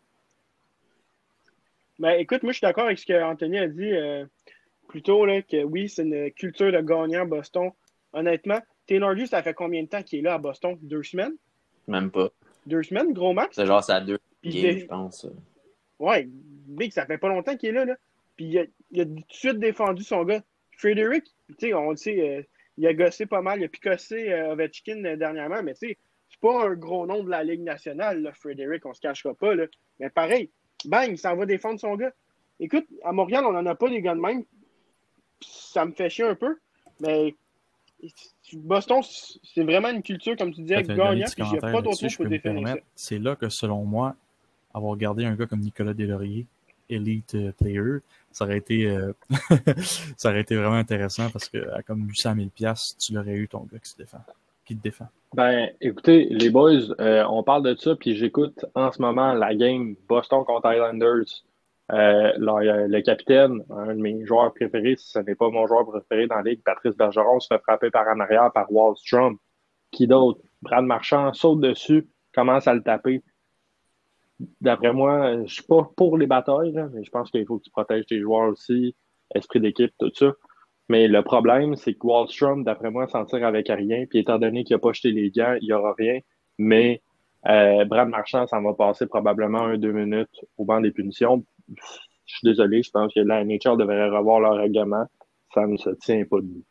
S3: Ben, écoute, moi, je suis d'accord avec ce qu'Anthony a dit plus tôt, là, que oui, c'est une culture de gagnant à Boston. Honnêtement, Taylor Hughes, ça fait combien de temps qu'il est là à Boston? 2 semaines?
S1: Même pas.
S3: 2 semaines, gros max?
S1: C'est genre ça 2
S3: Puis
S1: games, je pense.
S3: Ouais, Big, ça fait pas longtemps qu'il est là. Puis il a tout de suite défendu son gars. Frédéric, tu sais, on le sait, il a gossé pas mal, il a picossé Ovechkin dernièrement, mais tu sais, c'est pas un gros nom de la Ligue nationale, là, Frédéric, on se cachera pas. Là. Mais pareil, bang, il s'en va défendre son gars. Écoute, à Montréal, on en a pas des gars de même. Ça me fait chier un peu, mais Boston, c'est vraiment une culture, comme tu disais, gagnant, puis il n'y a pas d'autre mot pour définir ça.
S2: C'est là que, selon moi, avoir gardé un gars comme Nicolas Deslauriers, elite player, ça aurait été vraiment intéressant parce que à comme 800 000 $, tu l'aurais eu ton gars qui te défend.
S4: Ben, écoutez, les boys, on parle de ça, puis j'écoute en ce moment la game Boston contre Islanders. Le capitaine, un de mes joueurs préférés, si ce n'est pas mon joueur préféré dans la ligue, Patrice Bergeron, se fait frapper par en arrière par Wallstrom. Qui d'autre? Brad Marchand saute dessus, commence à le taper. D'après moi, je suis pas pour les batailles, là, mais je pense qu'il faut que tu protèges tes joueurs aussi, esprit d'équipe, tout ça. Mais le problème, c'est que Wallstrom, d'après moi, s'en tire avec rien. Puis étant donné qu'il n'a pas jeté les gants, il n'y aura rien. Mais Brad Marchand, ça va passer probablement 1-2 minutes au banc des punitions. Je suis désolé, je pense que la NHL devrait revoir leur règlement. Ça ne se tient pas debout.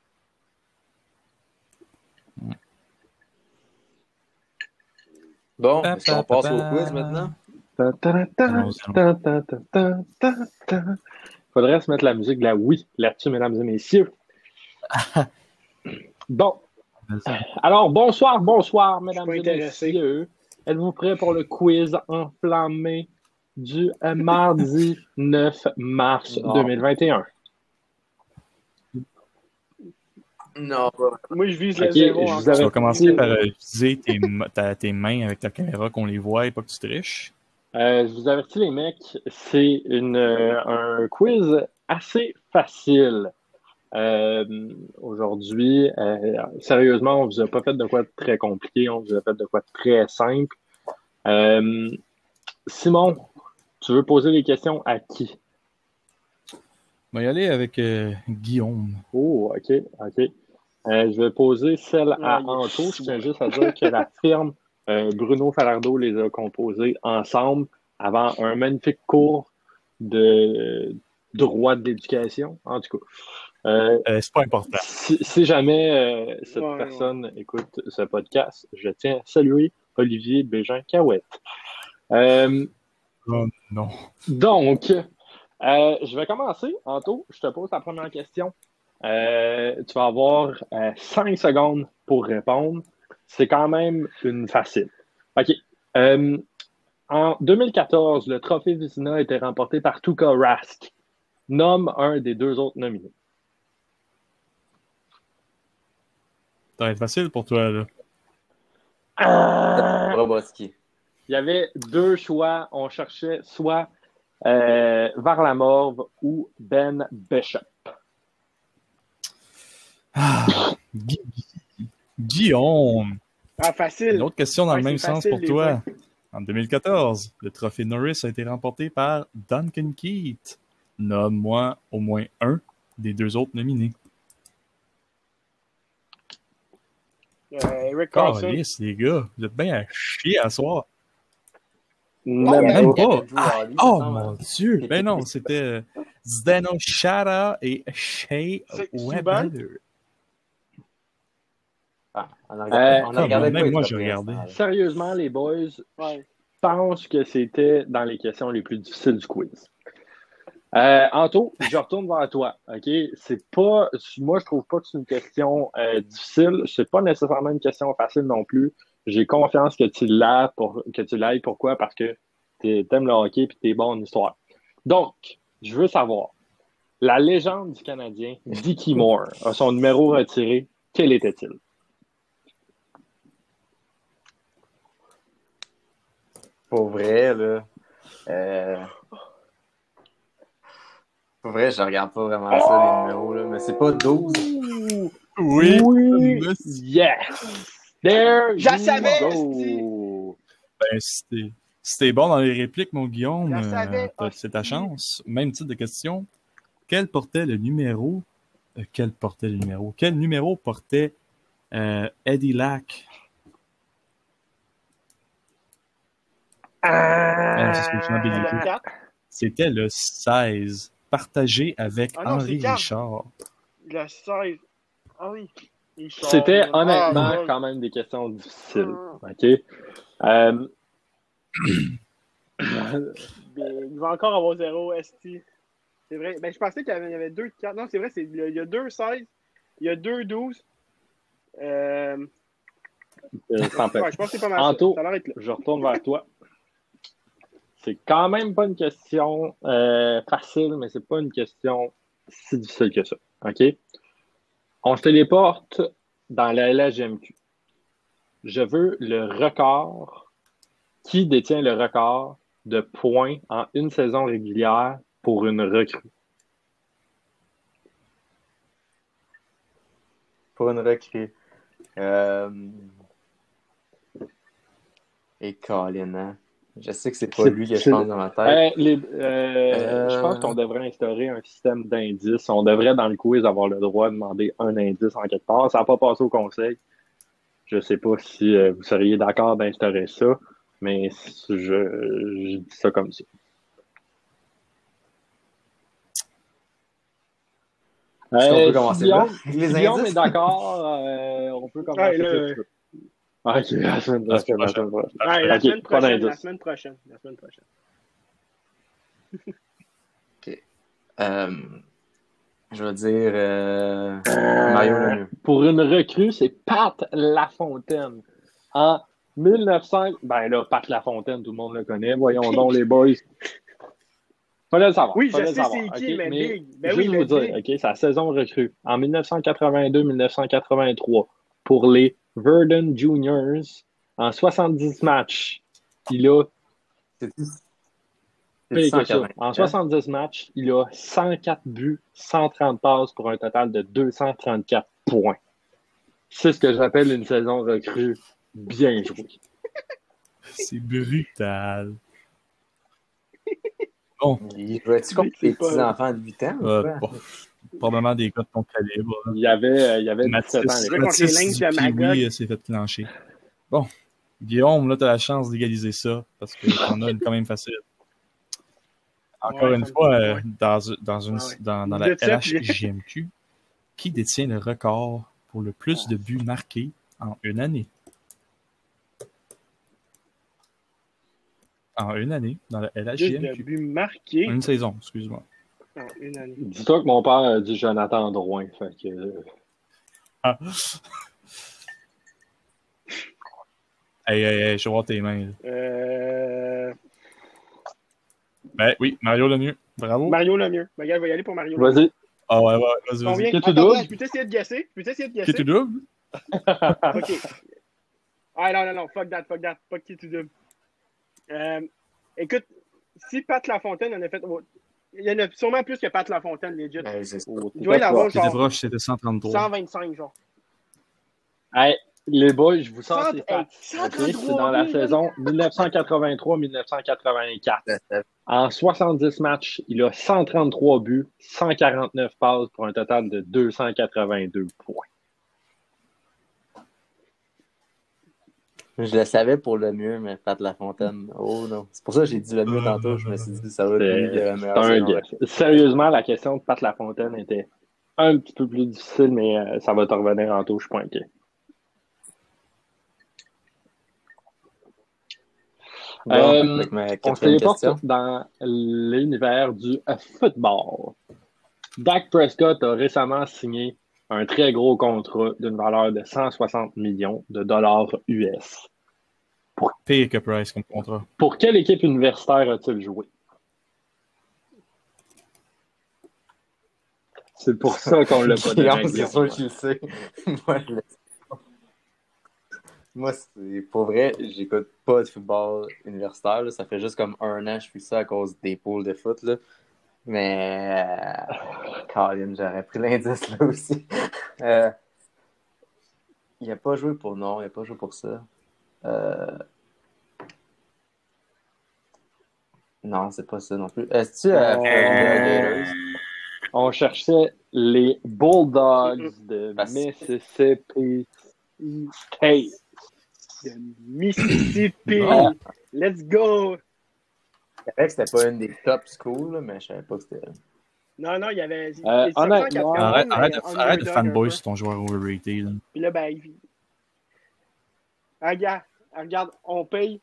S1: Bon, est-ce qu'on passe au quiz maintenant?
S4: Faudrait se mettre la musique de la oui là-dessus, mesdames et messieurs. Bon. Alors, bonsoir, mesdames et messieurs. Êtes-vous prêts pour le quiz enflammé du mardi 9 mars 2021?
S1: Non.
S3: Moi, je vise le zéro.
S2: Tu vas commencer par utiliser tes mains avec ta caméra qu'on les voit et pas que tu triches.
S4: Je vous avertis, les mecs, c'est un quiz assez facile. Aujourd'hui, sérieusement, on vous a pas fait de quoi de très compliqué, on vous a fait de quoi de très simple. Simon, tu veux poser des questions à qui?
S2: On va y aller avec Guillaume.
S4: Oh, OK. Je vais poser celle à Anto. Je tiens juste à dire que la firme Bruno Falardeau les a composées ensemble avant un magnifique cours de droit de l'éducation, en tout cas.
S2: C'est pas important.
S4: Si jamais cette personne écoute ce podcast, je tiens à saluer Olivier Bégin-Cahouette.
S2: Oh, non.
S4: Donc, je vais commencer. Anto, je te pose la première question. Tu vas avoir 5 secondes pour répondre. C'est quand même une facile. OK. En 2014, le trophée Vizina a été remporté par Tuukka Rask. Nomme un des deux autres nominés.
S2: Ça va être facile pour toi, là.
S1: Roboski.
S4: Il y avait deux choix. On cherchait soit Varlamov ou Ben Bishop.
S2: Guillaume,
S3: Ah, facile.
S2: une autre question dans le même
S3: c'est
S2: sens
S3: facile,
S2: pour
S3: les
S2: toi.
S3: points.
S2: En 2014, le trophée Norris a été remporté par Duncan Keith. Nomme-moi au moins un des deux autres nominés.
S3: Eric Carlson.
S2: Calice, les gars, vous êtes bien à chier à soir.
S4: Même
S2: Même
S4: pas.
S2: pas.
S1: Drew Holiday,
S2: Oh
S1: ça,
S2: mon
S1: hein.
S2: Dieu! Ben non, c'était Zdeno Chara et Shea
S3: C'est
S2: Weber.
S1: Ah, on a
S2: Comme
S1: regardé
S2: même
S1: quoi,
S2: moi,
S1: les
S2: je
S1: trophées,
S2: regardais.
S1: hein,
S4: Sérieusement, les boys,
S3: Ouais.
S4: je pense que c'était dans les questions les plus difficiles du quiz. Anto, je retourne vers toi. Ok, c'est pas, moi je trouve pas que c'est une question difficile. C'est pas nécessairement une question facile non plus. J'ai confiance que tu l'ailles. Pourquoi? Parce que t'aimes le hockey et t'es bon en histoire. Donc, je veux savoir, la légende du Canadien, Dickie Moore, a son numéro retiré. Quel était-il?
S1: Pour vrai, là. Pour vrai, je regarde pas vraiment ça, les numéros, là. Mais c'est pas 12.
S2: Oui,
S4: Oui,
S2: monsieur.
S4: yes! There
S3: Je
S4: you
S3: savais,
S4: go!
S2: Ben, si t'es bon dans les répliques, mon Guillaume,
S3: Je savais,
S2: c'est ta
S3: hostie.
S2: chance. Même type de question. Quel numéro portait Eddie Lack? Ah non, ça, c'est Jean Béliveau.
S3: Le 4.
S2: C'était le 16, partagé avec
S3: Ah non,
S2: Henri
S3: c'est 4.
S2: Richard.
S3: Le 16. Ah oui.
S4: C'était
S3: Ah,
S4: honnêtement
S3: ouais.
S4: quand même des questions difficiles. OK? Euh,
S3: Il va encore avoir 0, ST. C'est vrai. Ben, je pensais qu'il y avait 2 4. Non, c'est vrai, il y a 2 16. Il y a 2 12.
S4: sans peine.
S3: Ouais, je pense que c'est pas mal.
S4: Anto,
S3: Ça l'arrête là.
S4: je retourne vers toi. C'est quand même pas une question facile, mais c'est pas une question si difficile que ça. OK? On se téléporte dans la LHGMQ. Je veux le record. Qui détient le record de points en une saison régulière pour une recrue?
S1: Pour une recrue. Et Colin, hein? Je sais que c'est pas lui que je pense dans ma tête.
S4: Je pense qu'on devrait instaurer un système d'indices. On devrait, dans le quiz, avoir le droit de demander un indice en quelque part. Ça n'a pas passé au conseil. Je ne sais pas si vous seriez d'accord d'instaurer ça, mais je dis ça comme ça.
S1: Est-ce qu'on peut commencer là?
S4: Guillaume est d'accord. On peut commencer.
S3: Ouais, là,
S4: Ok, la semaine prochaine.
S3: ouais, la
S4: Ok,
S3: semaine
S4: pas
S3: prochaine.
S4: d'indice.
S3: La semaine prochaine. La semaine prochaine.
S1: OK. Je vais dire Mario Lemieux.
S4: Pour une recrue, c'est Pat Lafontaine. En 1900... Ben là, Pat Lafontaine, tout le monde le connaît. Voyons donc, les boys. Fallait le savoir.
S3: Oui, je
S4: fallait
S3: sais
S4: le savoir,
S3: c'est qui,
S4: ok?
S3: mais Big. Ben
S4: juste
S3: oui, mais
S4: vous dire,
S3: Big.
S4: OK, c'est la saison recrue. En 1982-1983, pour les Verdun Juniors, en 70 matchs, il a...
S1: C'est
S4: Pire que ça.
S1: 180.
S4: En 70 matchs, il a 104 buts, 130 passes pour un total de 234 points. C'est ce que j'appelle une saison recrue bien jouée.
S2: C'est brutal. Bon,
S1: Il jouait-tu contre
S3: C'est
S1: les
S3: pas-
S1: petits-enfants de 8 ans? ou quoi?
S2: bon, probablement des gars de ton calibre.
S4: Il y avait 17 ans.
S2: Mathis,
S3: jouait contre les Lynx
S2: du
S3: de Magog.
S2: Pee-Wee s'est fait clencher. Bon, Guillaume, là, t'as la chance d'égaliser ça, parce que t'en as une quand même facile. Encore
S3: Ouais,
S2: une
S3: ça me
S2: fois,
S3: fait
S2: dans
S3: Vous
S2: la
S3: dites ça, puis-
S2: LHJMQ, qui détient le record pour le plus de buts marqués en une année? En une année, dans la
S3: Juste de
S2: LHJMQ.
S3: buts marqués.
S2: Une saison, excuse-moi.
S3: Non, une année.
S4: Dis-toi que mon père a dit Jonathan Drouin. Fait que...
S2: Ah. Hey, je vais voir tes mains. Ben oui, Mario Lemieux. Bravo.
S3: Mario Lemieux. Regarde, je vais y aller pour Mario.
S4: Vas-y.
S2: Ah ouais, vas-y.
S3: Combien?
S4: Qui tu
S3: Attends,
S4: doubles?
S3: je peux essayer de guesser?
S2: Qui tu doubles?
S3: OK. Ah non, fuck that. Fuck qui tu doubles. Écoute, si Pat Lafontaine en a fait... Il y en a sûrement plus que Pat Lafontaine, legit.
S1: Ben, c'est ça.
S3: Il doit y en avoir
S2: C'était
S3: genre
S2: proche, c'était 133.
S3: 125, genre.
S4: Hey, les boys, je vous sors ces
S3: Hey,
S4: stats. Okay? C'est dans la
S3: 133
S4: saison 1983-1984. En 70 matchs, il a 133 buts, 149 passes pour un total de 282 points.
S1: Je le savais pour le mieux, mais Pat Lafontaine, oh non. C'est pour ça que j'ai dit le mieux tantôt. Je me suis dit, ça va être lui qui a la
S4: C'est
S1: meilleure
S4: un
S1: saison.
S4: guess. Sérieusement, la question de Pat Lafontaine était un petit peu plus difficile, mais ça va te revenir en tout, je suis pas inquiet.
S1: Bon, avec ma
S4: On
S1: quatrième
S4: s'éporte
S1: question.
S4: dans l'univers du football. Dak Prescott a récemment signé un très gros contrat d'une valeur de 160 millions de dollars US.
S2: Pire que Price comme contrat.
S4: Pour quelle équipe universitaire a-t-il joué? C'est pour ça qu'on l'a pas donné à
S1: C'est
S4: Guillaume.
S1: sûr que je le sais. Moi, je le sais. Moi, c'est pour vrai, j'écoute pas de football universitaire. Là. Ça fait juste comme 1 an que je fais ça à cause des poules de foot. Là. Mais, Colin, j'aurais pris l'indice là aussi. Il a pas joué pour non, il a pas joué pour ça. Non, c'est pas ça non plus. Est-ce que tu Florida Gators?
S4: On cherchait les Bulldogs de Mississippi State.
S3: De Mississippi.
S2: Bon.
S3: Let's go.
S1: Je savais que c'était pas une des top schools, là, mais je savais pas que c'était.
S3: Non, il y avait...
S4: honnêtement,
S2: Arrête de fanboy sur ton joueur overrated. Là.
S3: Puis là, ben, regarde, on paye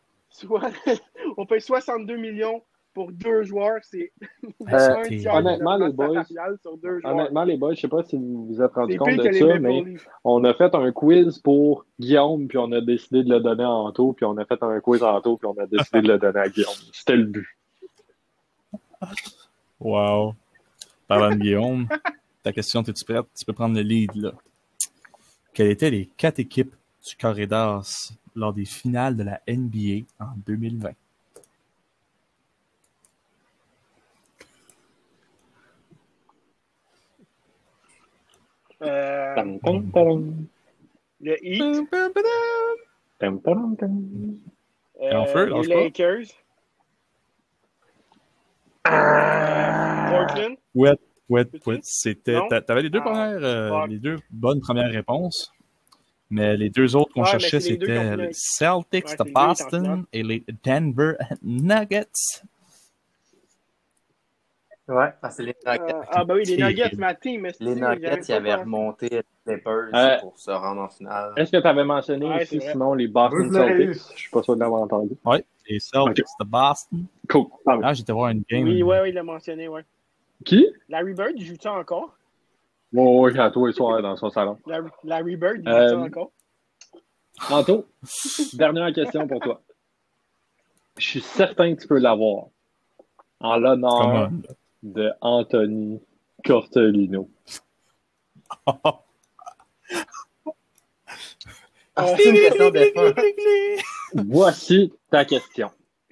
S3: 62 millions pour 2 joueurs. C'est
S4: honnêtement, les boys, je sais pas si vous vous êtes rendu compte de ça, mais on a fait un quiz pour Guillaume, puis on a décidé de le donner à Anto, puis on a fait un quiz à Anto, puis on a décidé de le donner à Guillaume. C'était le but.
S2: Wow. Parlant de Guillaume, ta question, es-tu prête? Tu peux prendre le lead, là. Quelles étaient les 4 équipes du Corridors lors des finales de la NBA en 2020?
S3: Le Heat.
S2: En feu, lâche
S3: les
S2: pas.
S3: Lakers. Portland.
S2: Ouais.
S3: Non?
S2: T'avais les deux les deux bonnes premières réponses, mais les deux autres qu'on cherchait,
S3: mais c'est les deux qui ont
S2: c'était
S3: fini.
S2: les Celtics
S3: Ouais,
S2: de
S3: c'est les deux qui ont
S2: Boston et les Denver Nuggets.
S1: Ouais, parce que les Nuggets.
S3: Oui, les Nuggets,
S2: terrible.
S3: ma team.
S1: Les Nuggets, ils avaient remonté les Clippers pour se rendre en finale.
S4: Est-ce que tu avais mentionné aussi, sinon, les Boston Celtics? Je suis pas sûr de l'avoir entendu.
S2: Oui, les Celtics de Boston.
S4: Cool.
S2: Ah, j'étais voir une game.
S3: Oui, il l'a mentionné, ouais.
S4: Qui?
S3: Larry Bird, il joue-tu encore?
S4: Oui, à tous les soirs dans son salon.
S3: Larry Bird, il joue-tu encore?
S4: Anto, dernière question pour toi. Je suis certain que tu peux l'avoir. En l'honneur de Anthony Cortolino.
S1: C'est une question de fun.
S4: Voici ta question.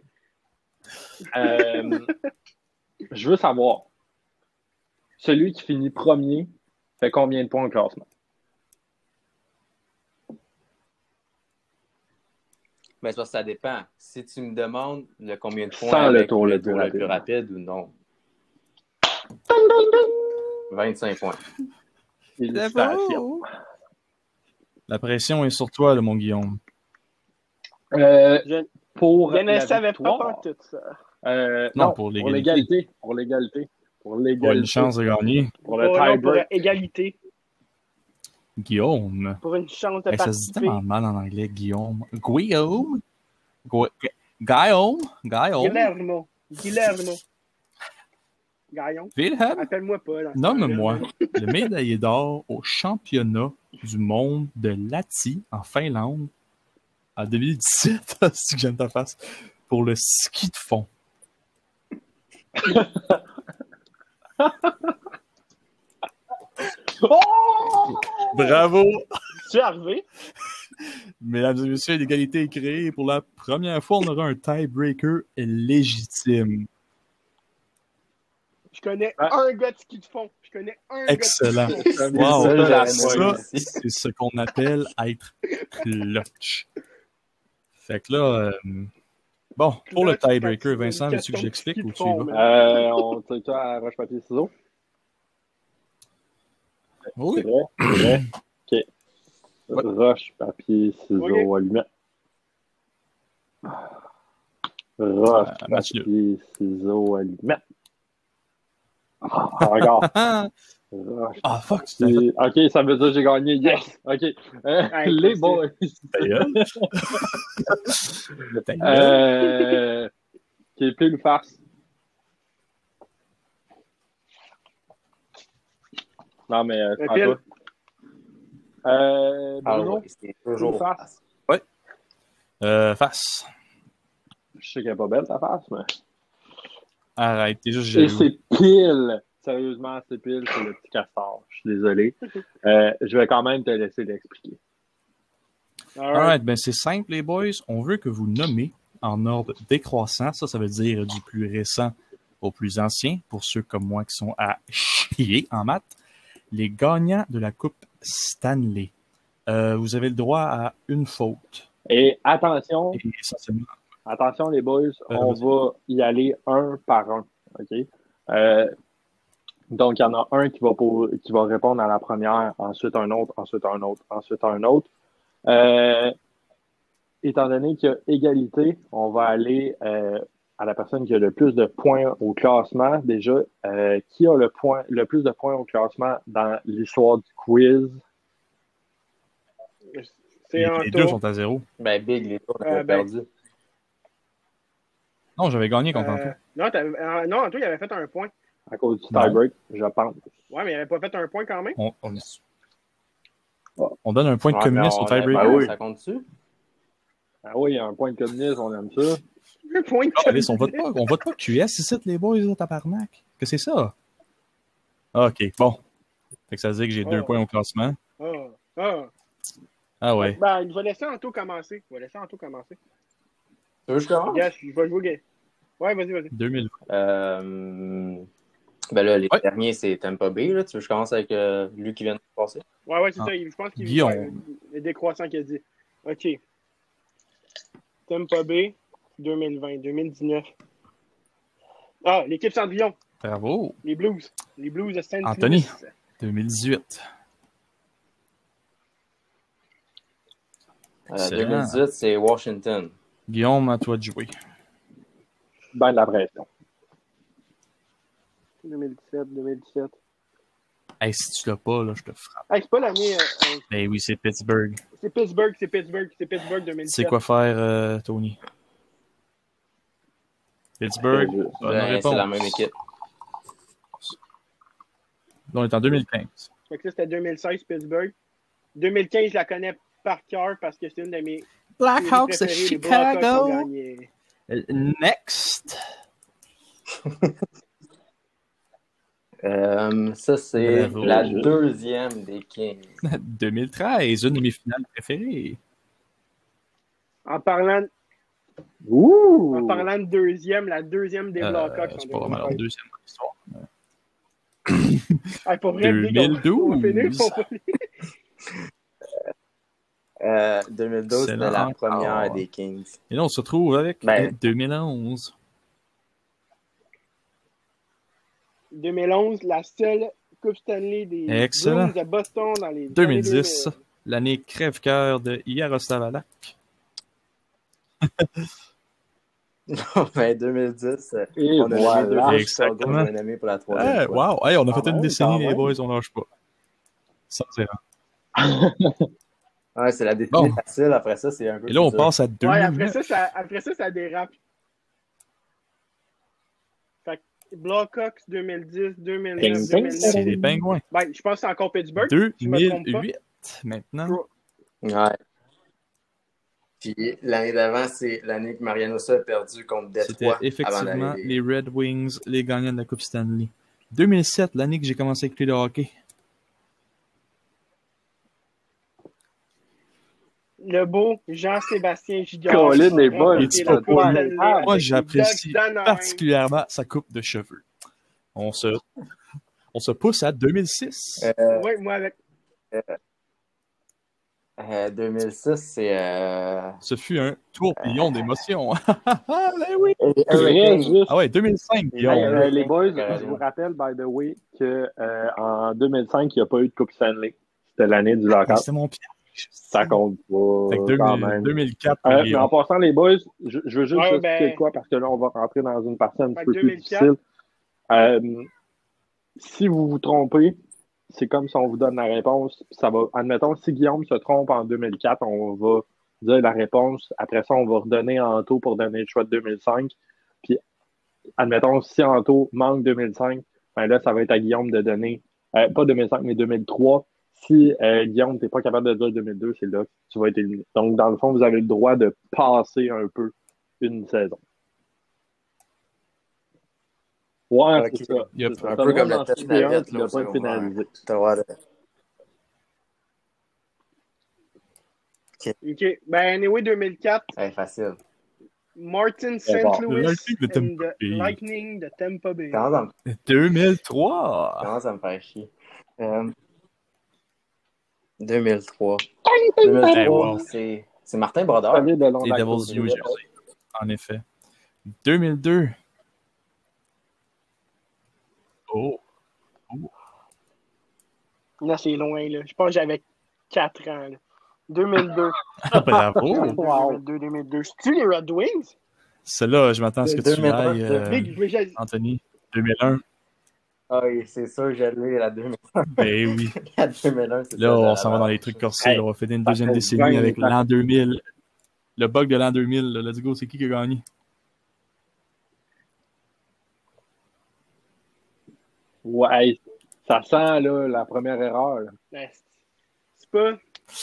S4: Je veux savoir, celui qui finit premier fait combien de points au classement?
S1: Mais ça dépend. Si tu me demandes le combien de points
S4: Sans
S1: avec
S4: le tour le
S1: plus rapide ou non. 25 points.
S4: Félicitations.
S2: La pression est sur toi, là, mon Guillaume.
S4: Pour
S3: je ne
S4: la
S3: savais
S4: victoire,
S3: pas tout ça.
S2: Non,
S4: non,
S2: pour l'égalité.
S4: Pour l'égalité.
S2: Pour une chance de gagner.
S4: Pour le
S3: Pour
S4: tie-break.
S3: égalité.
S2: Guillaume.
S3: Pour une chance de
S2: Ça se dit
S3: participer.
S2: tellement mal en anglais, Guillaume. Guillaume. Guillaume.
S3: Guillermo. Gaillon.
S2: Wilhelm,
S3: Appelle-moi pas. dans ce
S2: nomme-moi
S3: temps-là.
S2: le médaillé d'or au championnat du monde de Lahti, en Finlande, en 2017. C'est que j'aime ta face. Pour le ski de fond.
S3: Oh!
S2: Bravo!
S3: Tu es arrivé?
S2: Mesdames et messieurs, l'égalité est créée. Pour la première fois, on aura un tiebreaker légitime.
S3: Je connais
S4: Ouais.
S3: un gars de ski de fond. Je connais un
S2: Excellent.
S3: gars de ski de fond.
S2: Wow,
S1: Ça, j'aurais
S2: ça,
S1: nommé aussi.
S2: c'est ce qu'on appelle être clutch. Fait que là, bon, pour le
S3: Clutch,
S2: tiebreaker,
S3: c'est
S2: Vincent,
S3: une
S2: veux-tu que
S3: question de
S2: j'explique
S3: ski
S2: ou
S3: de
S2: tu y
S3: fond,
S2: vas?
S3: mais-
S4: On tire ça à roche-papier-ciseaux?
S2: Oui.
S4: C'est vrai? C'est vrai? OK.
S2: Ouais.
S4: Roche, papier, ciseaux,
S3: Ok.
S4: allumette. Roche,
S2: match nul.
S4: papier, ciseaux, allumette. Encore. Roche,
S2: Ah, fuck, tu t'as fait
S4: OK, ça veut dire que j'ai gagné. Yes! OK.
S3: Hey,
S4: Les
S3: merci.
S4: boys.
S2: ta gueule. Ta gueule.
S4: OK, pile ou face? Non, mais c'est pas
S3: pile.
S4: toi.
S1: Ah
S4: Bruno,
S1: ouais, c'est toujours
S4: face.
S2: Face.
S4: je sais qu'elle est pas belle ta face, mais.
S2: Arrête, t'es juste
S4: Et
S2: jaloux.
S4: c'est pile! Sérieusement, c'est pile, c'est le petit castor. Je suis désolé. Je vais quand même te laisser l'expliquer.
S2: Alright, ben c'est simple les boys. On veut que vous nommez en ordre décroissant. Ça veut dire du plus récent au plus ancien, pour ceux comme moi qui sont à chier en maths. Les gagnants de la Coupe Stanley. Vous avez le droit à une faute.
S4: Et attention,
S2: Et essentiellement,
S4: attention les boys, on va y aller un par un. OK? Donc, il y en a un qui va répondre à la première, ensuite un autre, ensuite un autre, ensuite un autre. Étant donné qu'il y a égalité, on va aller à la personne qui a le plus de points au classement. Déjà, qui a le plus de points au classement dans l'histoire du quiz?
S3: C'est
S2: les deux
S3: Anto.
S2: sont à 0.
S1: Ben, Big, les deux, on avait perdu.
S2: Non, j'avais gagné contre Anto.
S3: Non, Anto, il avait fait un point.
S4: À cause du
S2: Non.
S4: tie-break, je pense.
S3: Ouais, mais il avait pas fait un point quand même.
S2: On donne un point de
S1: Ouais,
S2: communiste
S1: mais
S2: au tiebreaker.
S1: ben oui. Ça compte-tu?
S4: Ah oui, un point de communisme, on aime ça.
S3: Un point de
S2: Ah, Alice, on vote pas QS ici, les boys, là, tabarnak. Que c'est ça? Ah, ok, bon. Fait que ça veut dire que j'ai 2 points au classement. Ah ouais.
S3: Ben, il va laisser Anto commencer.
S1: Tu veux que je commence?
S3: Yes, je vais jouer. Ouais, vas-y.
S2: 2000.
S1: Ben là, les
S2: Ouais.
S1: derniers, c'est Tampa Bay. Là. Tu veux que je commence avec lui qui vient de passer?
S3: Ouais, c'est
S2: Ah.
S3: ça. Je pense qu'il
S2: Guillaume.
S3: ouais, le décroissant qu'il a dit. OK. Tampa Bay, 2020, 2019. Ah, l'équipe Cendrillon.
S2: Bravo.
S3: Les Blues. Les Blues de Saint-Louis.
S2: Anthony. 2018. Excellent.
S1: 2018, c'est Washington.
S2: Guillaume, à toi de jouer.
S4: Ben de la pression.
S3: 2017.
S2: Hey, si tu l'as pas, là, je te frappe.
S3: Hey, c'est pas l'année.
S2: Ben oui, c'est Pittsburgh.
S3: C'est Pittsburgh 2017.
S2: Tu sais quoi faire, Tony? Pittsburgh, bonne
S1: Ben,
S2: réponse.
S1: c'est la même équipe.
S2: Là, on est en 2015.
S3: Fait que ça, c'était 2016, Pittsburgh. 2015, je la connais par cœur parce que c'est une de mes
S2: Blackhawks de
S3: préférées. Les Blackhawks ont
S2: Chicago.
S3: gagné.
S2: Next.
S1: Ça, c'est
S2: Bravo.
S1: la deuxième des Kings.
S2: 2013, une de mes finales préférées.
S3: En parlant
S4: Ouh!
S3: de deuxième, la deuxième des Blackhawks.
S2: C'est pas vraiment leur deuxième histoire.
S3: Ah, pour vrai,
S2: 2012.
S3: on finit, on finit.
S1: 2012, c'était
S2: Excellent
S1: la
S2: encore.
S1: première des Kings.
S2: Et là, on se retrouve avec
S1: Ben.
S2: 2011.
S3: 2011, la seule Coupe Stanley des
S2: Excellent.
S3: Blues de Boston dans les
S2: 2010,
S3: années
S2: l'année crève-cœur de Yaroslav
S1: Ben, 2010,
S4: Et
S1: on a
S4: voilà.
S1: nommé deux fois
S2: Exactement.
S1: Chicago, on a nommé pour la troisième
S2: Hey,
S1: fois.
S2: wow, hey, on a fait
S4: Quand
S2: une
S4: même,
S2: décennie,
S4: quand
S2: les
S4: même.
S2: boys, on lâche pas. Sans erreur.
S1: Ouais, c'est la décennie
S2: Bon.
S1: facile. Après ça, c'est un peu
S2: Et là, on
S1: plus dur.
S2: passe à
S3: Ouais,
S2: 2009.
S3: après ça, ça dérape. Fait que Blackhawks 2010, 2009,
S4: Ting, ting.
S3: 2009.
S2: C'est les Pingouins.
S3: Ben, je pense que c'est encore Pittsburgh. Si je me trompe pas.
S2: 2008, maintenant.
S1: Ouais. Puis l'année d'avant, c'est l'année que Mariano a perdu contre
S2: C'était
S1: Détroit.
S2: effectivement les Red Wings, les gagnants de la Coupe Stanley. 2007, l'année que j'ai commencé à écouter le hockey.
S3: Le beau Jean-Sébastien Giguère.
S4: Colin, les boys,
S2: il pas
S3: Moi,
S2: Moi, j'apprécie particulièrement sa coupe de cheveux. On se pousse à 2006.
S3: Oui, moi avec.
S1: 2006, c'est...
S2: Ce fut un tourbillon d'émotions. Ben oui.
S4: Très juste.
S2: Ah ouais, 2005,
S4: Hey,
S2: Guillaume.
S4: les boys, je vous rappelle, by the way, que en 2005, il n'y a pas eu de Coupe Stanley. C'était l'année du lockout.
S2: C'était mon piège.
S4: Ça compte pas.
S2: Fait que
S4: quand même.
S2: 2004,
S4: Mais en
S2: Guillaume.
S4: passant, les boys, je veux juste
S3: Ouais,
S4: expliquer
S3: ben-
S4: quoi, parce que là, on va rentrer dans une partie un petit peu plus
S3: 2004.
S4: difficile. Si vous vous trompez, c'est comme si on vous donne la réponse. Ça va, admettons, si Guillaume se trompe en 2004, on va dire la réponse. Après ça, on va redonner à Anto pour donner le choix de 2005. Puis, admettons, si Anto manque 2005, ben là, ça va être à Guillaume de donner, pas 2005, mais 2003. Si Guillaume, t'es pas capable de dire 2002, c'est là que tu vas être éliminé. Donc, dans le fond, vous avez le droit de passer un peu une saison. Ouais,
S1: Ok.
S4: c'est ça.
S2: Yep.
S4: C'est ça.
S1: Un
S4: T'as
S1: peu
S4: le droit
S1: comme le
S4: d'en
S1: test
S4: skipper un,
S1: navette,
S4: puis
S1: là,
S4: de
S1: au
S4: pas être
S1: secondaire.
S4: pénalisé.
S1: T'as le droit de...
S3: OK. Ben, anyway, 2004,
S1: Ouais, facile.
S3: Martin
S4: bon.
S3: St. Louis
S2: Le Lightning de
S3: and
S2: Tampa
S3: the
S2: Bay.
S3: Lightning de Tampa Bay.
S1: Commence à
S2: 2003.
S1: commence à me faire chier. 2003. 2003,
S2: Hey, wow.
S1: c'est Martin Brodeur.
S4: Salut de long
S2: Les
S4: d'acte.
S2: Devils du New Jersey. En effet. 2002. Oh.
S3: Là, c'est loin, là. Je pense que j'avais 4 ans, là. 2002.
S2: Bravo.
S4: Wow.
S3: 2002. C'est-tu les Red Wings?
S2: Celle-là, je m'attends à ce que tu
S1: 2001,
S2: l'ailles,
S3: Big, mais j'ai-
S2: Anthony. 2001.
S1: Ah oui, c'est sûr, j'ai lu la 2001.
S2: Ben oui.
S1: La 2001, c'est
S2: Là,
S1: ça,
S2: on s'en va dans les trucs corsés.
S4: Hey,
S2: là. On va finir une
S4: ça
S2: deuxième
S4: fait
S2: décennie
S4: 20
S2: avec
S4: ans.
S2: l'an 2000. Le bug de l'an 2000. Là. Let's go. C'est qui a gagné?
S4: Ouais, ça sent là, la première erreur. Là.
S3: Ben, c'est pas...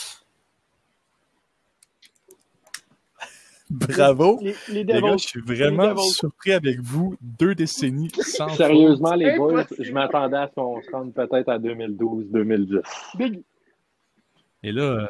S2: Bravo.
S3: Les
S2: Les gars,
S3: Devils.
S2: je suis vraiment
S3: Les Devils.
S2: surpris avec vous. 2 décennies sans faute.
S4: Sérieusement, les boys,
S3: Impossible.
S4: je m'attendais à ce qu'on se rende peut-être à 2012-2010.
S3: Big,
S2: Et là,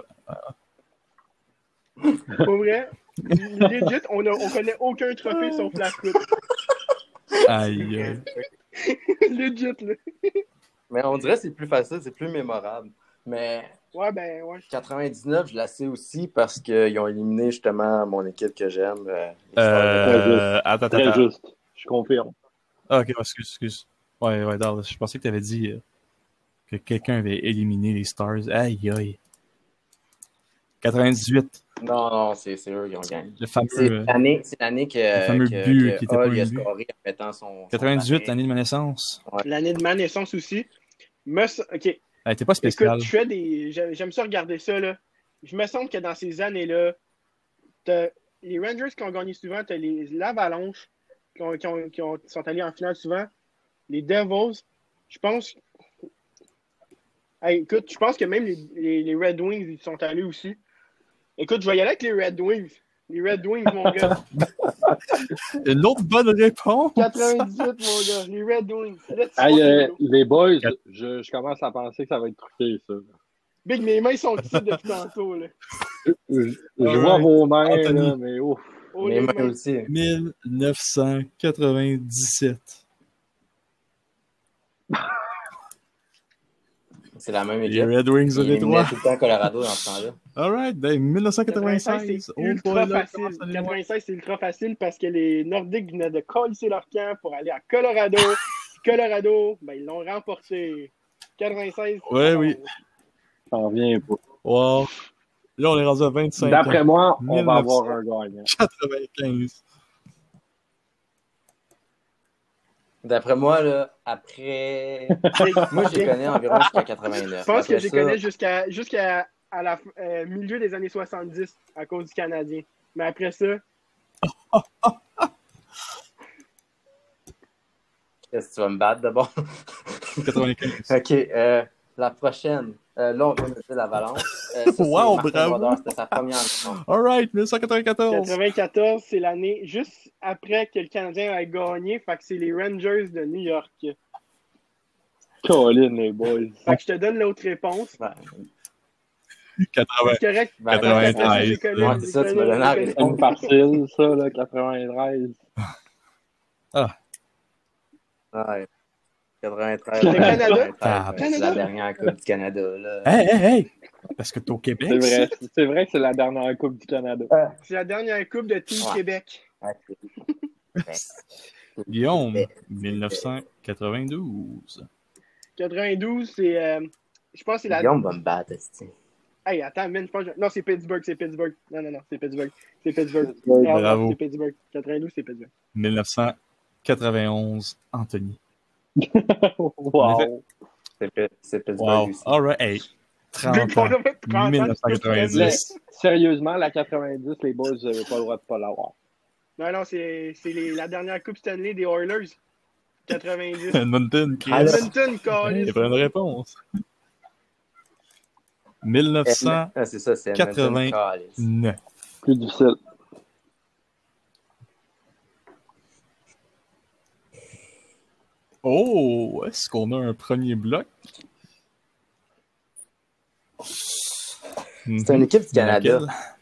S3: pour vrai, legit, on connaît aucun trophée sauf la coupe.
S2: aïe.
S3: Legit, là.
S1: Mais on dirait que c'est plus facile, c'est plus mémorable. Mais
S3: Ouais, ben, ouais.
S1: 99, je la sais aussi parce qu'ils ont éliminé justement mon équipe que j'aime.
S2: Attends.
S4: Très juste. Je confirme.
S2: Ah, ok, excuse. Ouais, Darl, je pensais que tu avais dit que quelqu'un avait éliminé les Stars. Aïe. 98.
S1: Non, c'est eux qui ont gagné.
S2: Le fameux,
S1: C'est l'année que,
S2: le fameux but qui était pas
S1: Hall, il a
S2: un but.
S1: scoré en mettant son
S2: 98,
S1: pareil.
S2: l'année de ma naissance.
S3: L'année de ma naissance aussi. OK.
S2: Elle était pas spéciale.
S3: Écoute, j'aime ça regarder ça, là. Je me semble que dans ces années-là, t'as les Rangers qui ont gagné souvent, t'as l'Avalanche qui sont allés en finale souvent, les Devils, je pense... Hey, écoute, je pense que même les Red Wings, ils sont allés aussi. Écoute, je vais y aller avec les Red Wings. Les Red Wings, mon gars.
S2: Une autre bonne réponse.
S3: 98, mon gars. Les Red Wings.
S4: Hey, les boys, je commence à penser que ça va être truqué, ça.
S3: Big, mes mains sont ici depuis tantôt, là.
S4: Je vois vos mains,
S2: Anthony.
S4: là, mais ouf.
S3: Oh,
S1: Les
S3: les
S1: mains
S3: mains.
S1: aussi.
S2: 1997.
S1: C'est la même
S2: Les
S1: équipe.
S2: Red Wings de
S1: Ils éliminaient
S2: Détroit.
S1: tout le temps Colorado dans ce temps-là.
S2: Alright, ben 1996.
S3: C'est ultra
S2: boy, là,
S3: facile.
S2: comment ça allait loin.
S3: 96, c'est ultra facile parce que les Nordiques venaient de coller leur camp pour aller à Colorado. Colorado, ben, ils l'ont remporté. 96.
S2: Ouais, oui.
S4: Ça en vient pas.
S2: Wow. Là, on est rendu à 25
S4: D'après
S2: ans.
S4: moi, on
S2: 1900.
S4: va avoir un gagnant.
S2: 95.
S1: D'après moi, là, après. Moi, je les connais environ jusqu'à 89.
S3: Je pense que
S1: Après
S3: je les
S1: ça,
S3: connais jusqu'à la milieu des années 70 à cause du Canadien. Mais après ça,
S1: Est-ce que tu vas me battre d'abord?
S2: 95.
S1: OK. La prochaine. Là, on vient de dire l'Avalanche. Ça, c'est
S2: Wow,
S1: Martin
S2: bravo.
S1: Brodeur. C'était sa première mission.
S2: Alright, 1994.
S3: 94, c'est l'année juste après que le Canadien a gagné. Fait que c'est les Rangers de New York.
S4: Colin, les boys.
S3: Fait que je te donne l'autre réponse.
S1: Ben,
S2: 80.
S3: C'est correct.
S1: ben,
S2: 93.
S3: J'ai connu,
S1: Ouais, c'est ça, tu m'as donné la
S3: j'ai
S1: réponse.
S3: connu.
S4: Une facile, ça, là, 93.
S1: Ouais. 93.
S3: Le Canada?
S1: 93, c'est la dernière Coupe du Canada. Là.
S2: Hey! Parce que t'es au Québec.
S4: C'est vrai que c'est la dernière Coupe du Canada.
S3: C'est la dernière coupe de Team
S1: Ouais.
S3: Québec.
S2: Guillaume, 1992.
S3: 92, c'est. Je pense que c'est la.
S1: Guillaume va me battre, esti.
S3: Hey, attends, man, je pense. Non, c'est Pittsburgh, c'est Pittsburgh. Non, c'est Pittsburgh. C'est Pittsburgh.
S2: Bravo.
S3: C'est Pittsburgh. 92, c'est Pittsburgh.
S2: 1991, Anthony.
S4: Wow.
S1: C'est Pittsburgh
S2: Wow.
S1: aussi.
S2: Alright, hey. 30 ans. 1990.
S4: Sérieusement, la 90, les boys, vous n'avez pas le droit de pas l'avoir.
S3: Non, c'est la dernière Coupe Stanley des Oilers. 90.
S2: Edmonton, Chris.
S3: Edmonton,
S2: Il
S3: Carlis.
S2: y a pas une réponse. 1989.
S1: Ah, c'est ça, c'est Edmonton Callis.
S4: Plus difficile.
S2: Oh, est-ce qu'on a un premier bloc?
S1: C'est une équipe du Canada.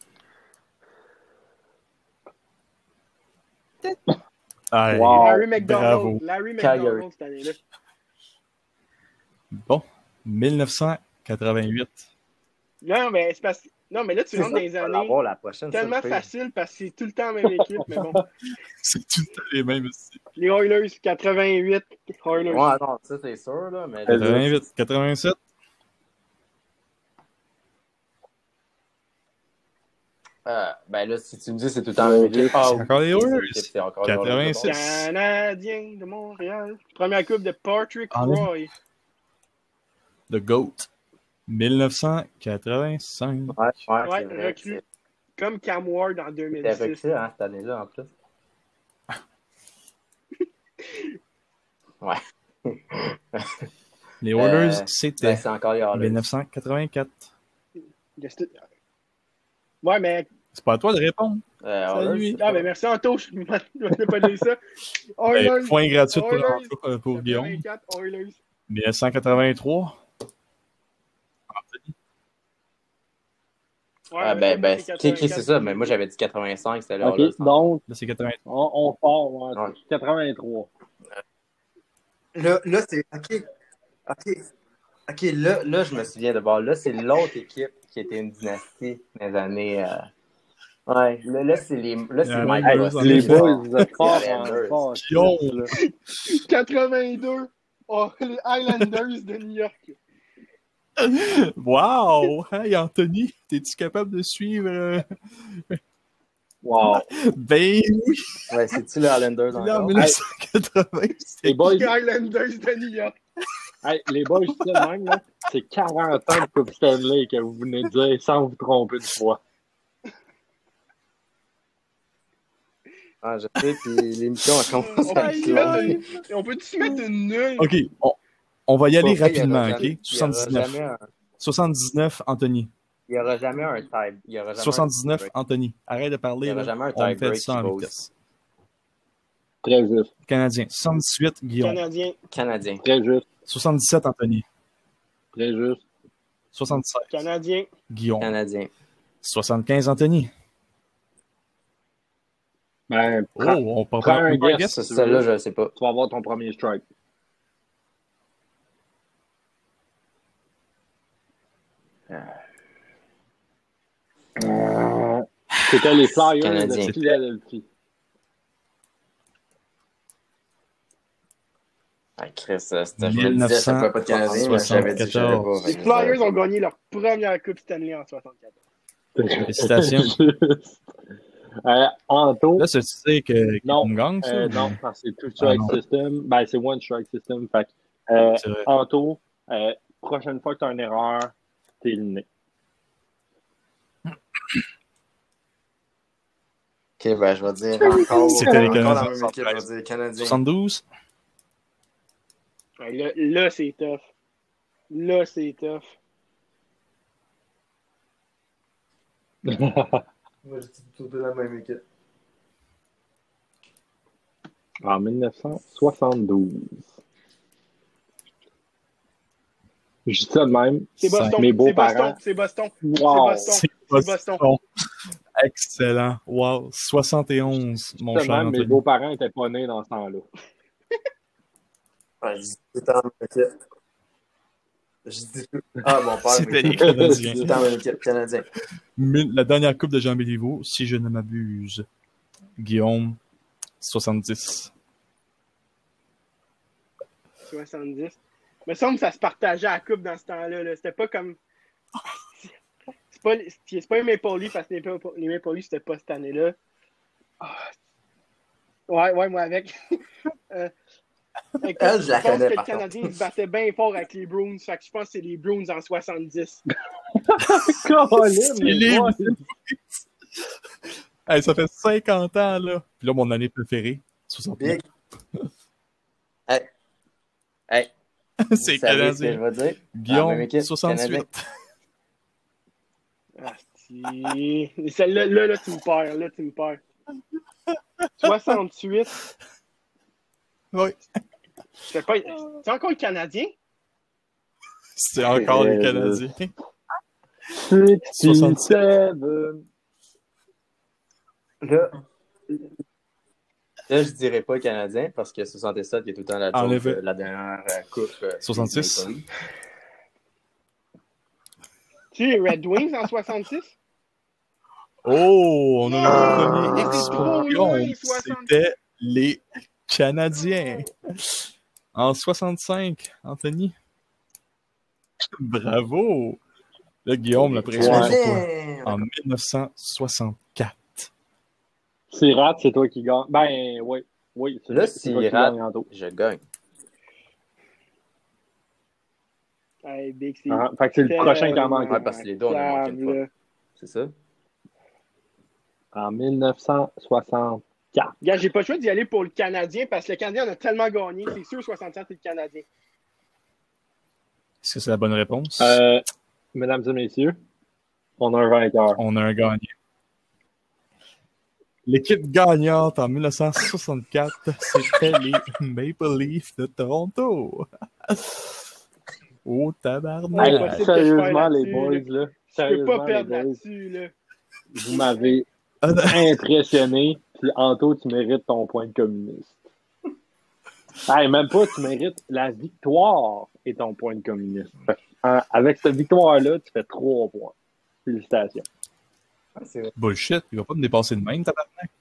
S2: Ah,
S4: Wow.
S3: Larry McDonald.
S2: bravo.
S3: Larry
S1: Calgary.
S3: McDonald cette année-là.
S2: Bon, 1988.
S3: Non, mais c'est parce... Non, mais là, tu rentres dans les années
S1: La prochaine,
S3: tellement
S1: surprise.
S3: facile parce que c'est tout le temps la même équipe. Mais bon,
S2: C'est tout le temps les mêmes aussi.
S3: les Oilers, 88. Oilers.
S1: Ouais, non, ça c'est sûr, là, mais...
S2: 88, 87.
S1: Ben là, si tu me dis c'est tout le temps la même équipe...
S2: C'est encore les Oilers.
S1: C'est encore les Oilers.
S2: 86.
S3: Canadien de Montréal. Première coupe de Patrick
S2: Ah,
S3: Roy.
S2: The GOAT. 1985.
S1: Ouais,
S3: Ouais,
S1: c'est vrai.
S3: recru. Comme Cam Ward en
S1: C'était
S3: 2006.
S1: recru, hein, cette année-là, en plus. Ouais.
S2: Les Oilers,
S1: Ben,
S2: c'était
S1: c'est encore les Oilers.
S2: 1984.
S3: Ouais, mais.
S2: C'est pas à toi de répondre.
S1: Oilers, c'est
S3: Ah,
S1: pas-
S3: ben merci Anto, je ne m'avais pas dit ça.
S2: Ben,
S3: Oilers.
S2: point gratuit
S3: Oilers.
S2: pour Guillaume.
S3: 84, Oilers.
S2: 1983.
S3: Ouais,
S1: ben,
S3: c'est
S1: c'est ça, mais moi j'avais dit 85, c'était les
S4: OK,
S1: Oilers.
S4: donc,
S2: Là, c'est 83.
S4: on part. Ouais.
S1: Ouais.
S4: 83.
S1: Là, c'est. OK, là, je me souviens de bord. Là, c'est l'autre équipe qui était une dynastie dans les années. Ouais, là, c'est les. Là, c'est
S2: Ouais,
S1: Mike
S2: ouais,
S1: Ross.
S2: ouais,
S4: Les
S2: ouais.
S4: boys, vous êtes forts
S1: Les
S4: en
S1: Islanders.
S4: forts.
S2: Guillaume.
S3: 82. Oh, les Highlanders de New York.
S2: Wow! Hey, Anthony, t'es-tu capable de suivre?
S4: Wow.
S2: Ben oui!
S1: Ouais, c'est-tu les Islanders
S2: Là, en
S1: encore?
S2: 1980,
S4: Les boys,
S3: Les Highlanders de New York.
S4: hey, les boys, je dis de même, là, c'est 40 ans de Coupe Stanley que vous venez de dire sans vous tromper de fois.
S1: Ah, je sais, puis l'émission a
S3: On
S1: commencé
S3: peut
S1: à
S3: se
S1: être
S3: mettre
S1: longue.
S3: on peut-tu mettre une nulle?
S2: OK, on va y aller
S1: Pour vrai,
S2: rapidement,
S1: il y aura
S2: OK?
S1: jamais-
S2: 79. 79, Anthony.
S1: Il n'y aura jamais un tie. Il y aura jamais
S2: 79,
S1: un tie-break.
S2: Anthony. Arrête de
S1: Il
S2: parler.
S1: y aura
S2: Là.
S1: jamais un
S2: On fait
S1: tie-break
S2: ça en
S1: qui pose.
S2: vitesse.
S4: Très juste.
S2: Canadien. 78, Guillaume.
S3: Canadien.
S1: Canadien.
S4: Très juste.
S2: 77, Anthony.
S4: Très juste.
S2: 76,
S3: Canadien.
S2: Guillaume.
S1: Canadien.
S2: 75, Anthony.
S4: Ben,
S2: Oh, on peut
S4: prends
S2: pas
S4: un guess.
S2: guess.
S1: Ça, celle-là, je ne sais pas.
S4: tu vas avoir ton premier strike. C'était les Flyers
S1: Canadien.
S4: de Philadelphie.
S1: Ah, Chris, je me disais, ça ne pouvait pas de Canadien, mais j'avais dit que je savais pas.
S3: Les Flyers ont gagné leur première Coupe Stanley en 74.
S2: Félicitations.
S4: Anto,
S2: Là, ça, tu sais que
S4: Non.
S2: qu'on gagne, ça?
S4: non, parce que c'est two strike
S2: Ah, non.
S4: system. Ben, c'est one strike system. Fait que,
S2: C'est vrai.
S4: Anto, prochaine fois que tu as une erreur, t'es éliminé.
S1: Ok, ben je vais dire encore.
S2: C'était les
S1: encore
S2: Canadiens.
S1: la même équipe, je vais dire Canadien.
S2: 72,
S3: Ouais, là, c'est tough. Là, c'est tough.
S1: Moi, je dis plutôt de la même équipe.
S4: En 1972. Je dis ça de même.
S3: C'est Boston.
S4: Mes
S3: C'est
S4: beaux-parents.
S3: Boston. C'est Boston.
S4: Wow.
S3: C'est Boston.
S2: Excellent. Wow. 71, mon
S4: Ça de
S2: cher
S4: même, mes
S2: Anthony.
S4: beaux-parents étaient pas nés dans ce temps-là.
S1: Ouais, je dis tout le temps la même équipe. Je dis tout. Ah, mon père.
S2: C'était les
S1: Je
S2: Canadiens.
S1: dis tout le temps la même équipe. Canadien.
S2: La dernière coupe de Jean Béliveau, si je ne m'abuse. Guillaume, 70.
S3: 70. Me semble que ça se partageait à la coupe dans ce temps-là. Là. C'était pas comme. C'est pas les Maple Leafs parce que les Maple Leafs, c'était pas cette année-là. Ah. Ouais, moi avec. Écoute,
S1: Elle, je la
S3: pense
S1: connais,
S3: que le
S1: par
S3: Canadien
S1: contre.
S3: se battait bien fort avec les Bruins. Fait que je pense que c'est les Bruins en 70.
S2: C'est les Bruins. Hey, ça fait 50 ans, là. Puis là, mon année préférée, 69.
S1: Big. Hey.
S2: C'est
S1: Vous savez ce que je
S2: Canadien.
S1: vais dire?
S2: Guillaume,
S1: Même équipe,
S2: 68.
S3: Ah, si. Celle-là, là, tu me perds. Là, tu me perds. 68.
S2: Oui.
S3: C'est encore le Canadien?
S2: C'est encore les Canadiens.
S4: 67.
S1: Là, je dirais pas Canadien parce que 67 qui est tout le temps la, la dernière coupe.
S2: 66.
S3: Tu sais, les Red Wings en 66?
S2: Oh, on a un premier
S3: c'est trop loin,
S2: espion.
S3: 60.
S2: C'était les Canadiens. En 65, Anthony. Bravo. Là, Guillaume, la pression sur toi. En 1964.
S4: Si rate, c'est toi qui gagne. Ben, oui. Oui,
S1: là,
S4: c'est toi qui gagne en dos.
S1: Je gagne.
S3: Hey, Big,
S4: fait que c'est le prochain qui en manque.
S1: Ouais, parce que les deux, on a manqué une fois. C'est ça?
S4: En 1964.
S3: Gars, j'ai pas le choix d'y aller pour le Canadien parce que le Canadien en a tellement gagné. C'est sûr, 67, c'est le Canadien.
S2: Est-ce que c'est la bonne réponse?
S4: Mesdames et messieurs, on a un vainqueur.
S2: On a un gagnant. L'équipe gagnante en 1964, c'était les Maple Leafs de Toronto. Oh, tabarnak!
S4: Hey, sérieusement, les boys, là.
S3: Je peux pas perdre là-dessus, là.
S4: Vous m'avez impressionné. Puis, Anto, tu mérites ton point de communiste. Hey, même pas, tu mérites la victoire et ton point de communiste. Avec cette victoire-là, tu fais 3 points. Félicitations.
S2: Bullshit, il va pas me dépasser de même, tabarnak.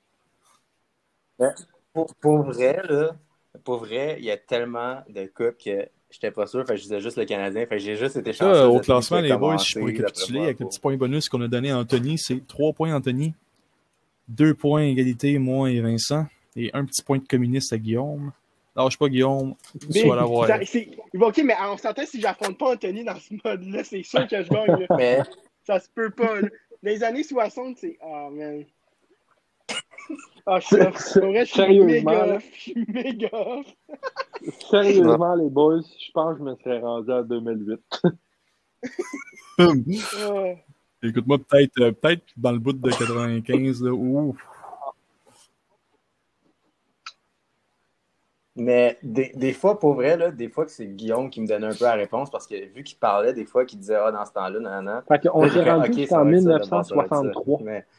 S1: Pour vrai, là, il y a tellement de coupes que j'étais pas sûr, fait que je disais juste le Canadien, fait que j'ai juste été chanceux.
S2: Ça, au classement, les boys, je pourrais récapituler avec le petit point bonus qu'on a donné à Anthony, c'est 3 points Anthony, 2 points égalité, moi et Vincent, et un petit point de communiste à Guillaume. Lâche pas, Guillaume, tu vas l'avoir.
S3: OK, mais on s'entend si j'affronte pas Anthony dans ce mode-là, c'est sûr que je gagne. Là.
S1: Mais...
S3: Ça se peut pas. Là. Dans les années 60, c'est... Ah, man. Ah, je suis méga off.
S4: Sérieusement, les boys, je pense que je me serais rendu à 2008.
S2: Écoute-moi, peut-être dans le bout de 95, là, ouf.
S1: Mais des fois, pour vrai, là, des fois que c'est Guillaume qui me donnait un peu la réponse parce que vu qu'il parlait, des fois, qu'il disait « Ah, dans ce temps-là, nanana. »
S4: Fait qu'on s'est rendu jusqu'en 1963.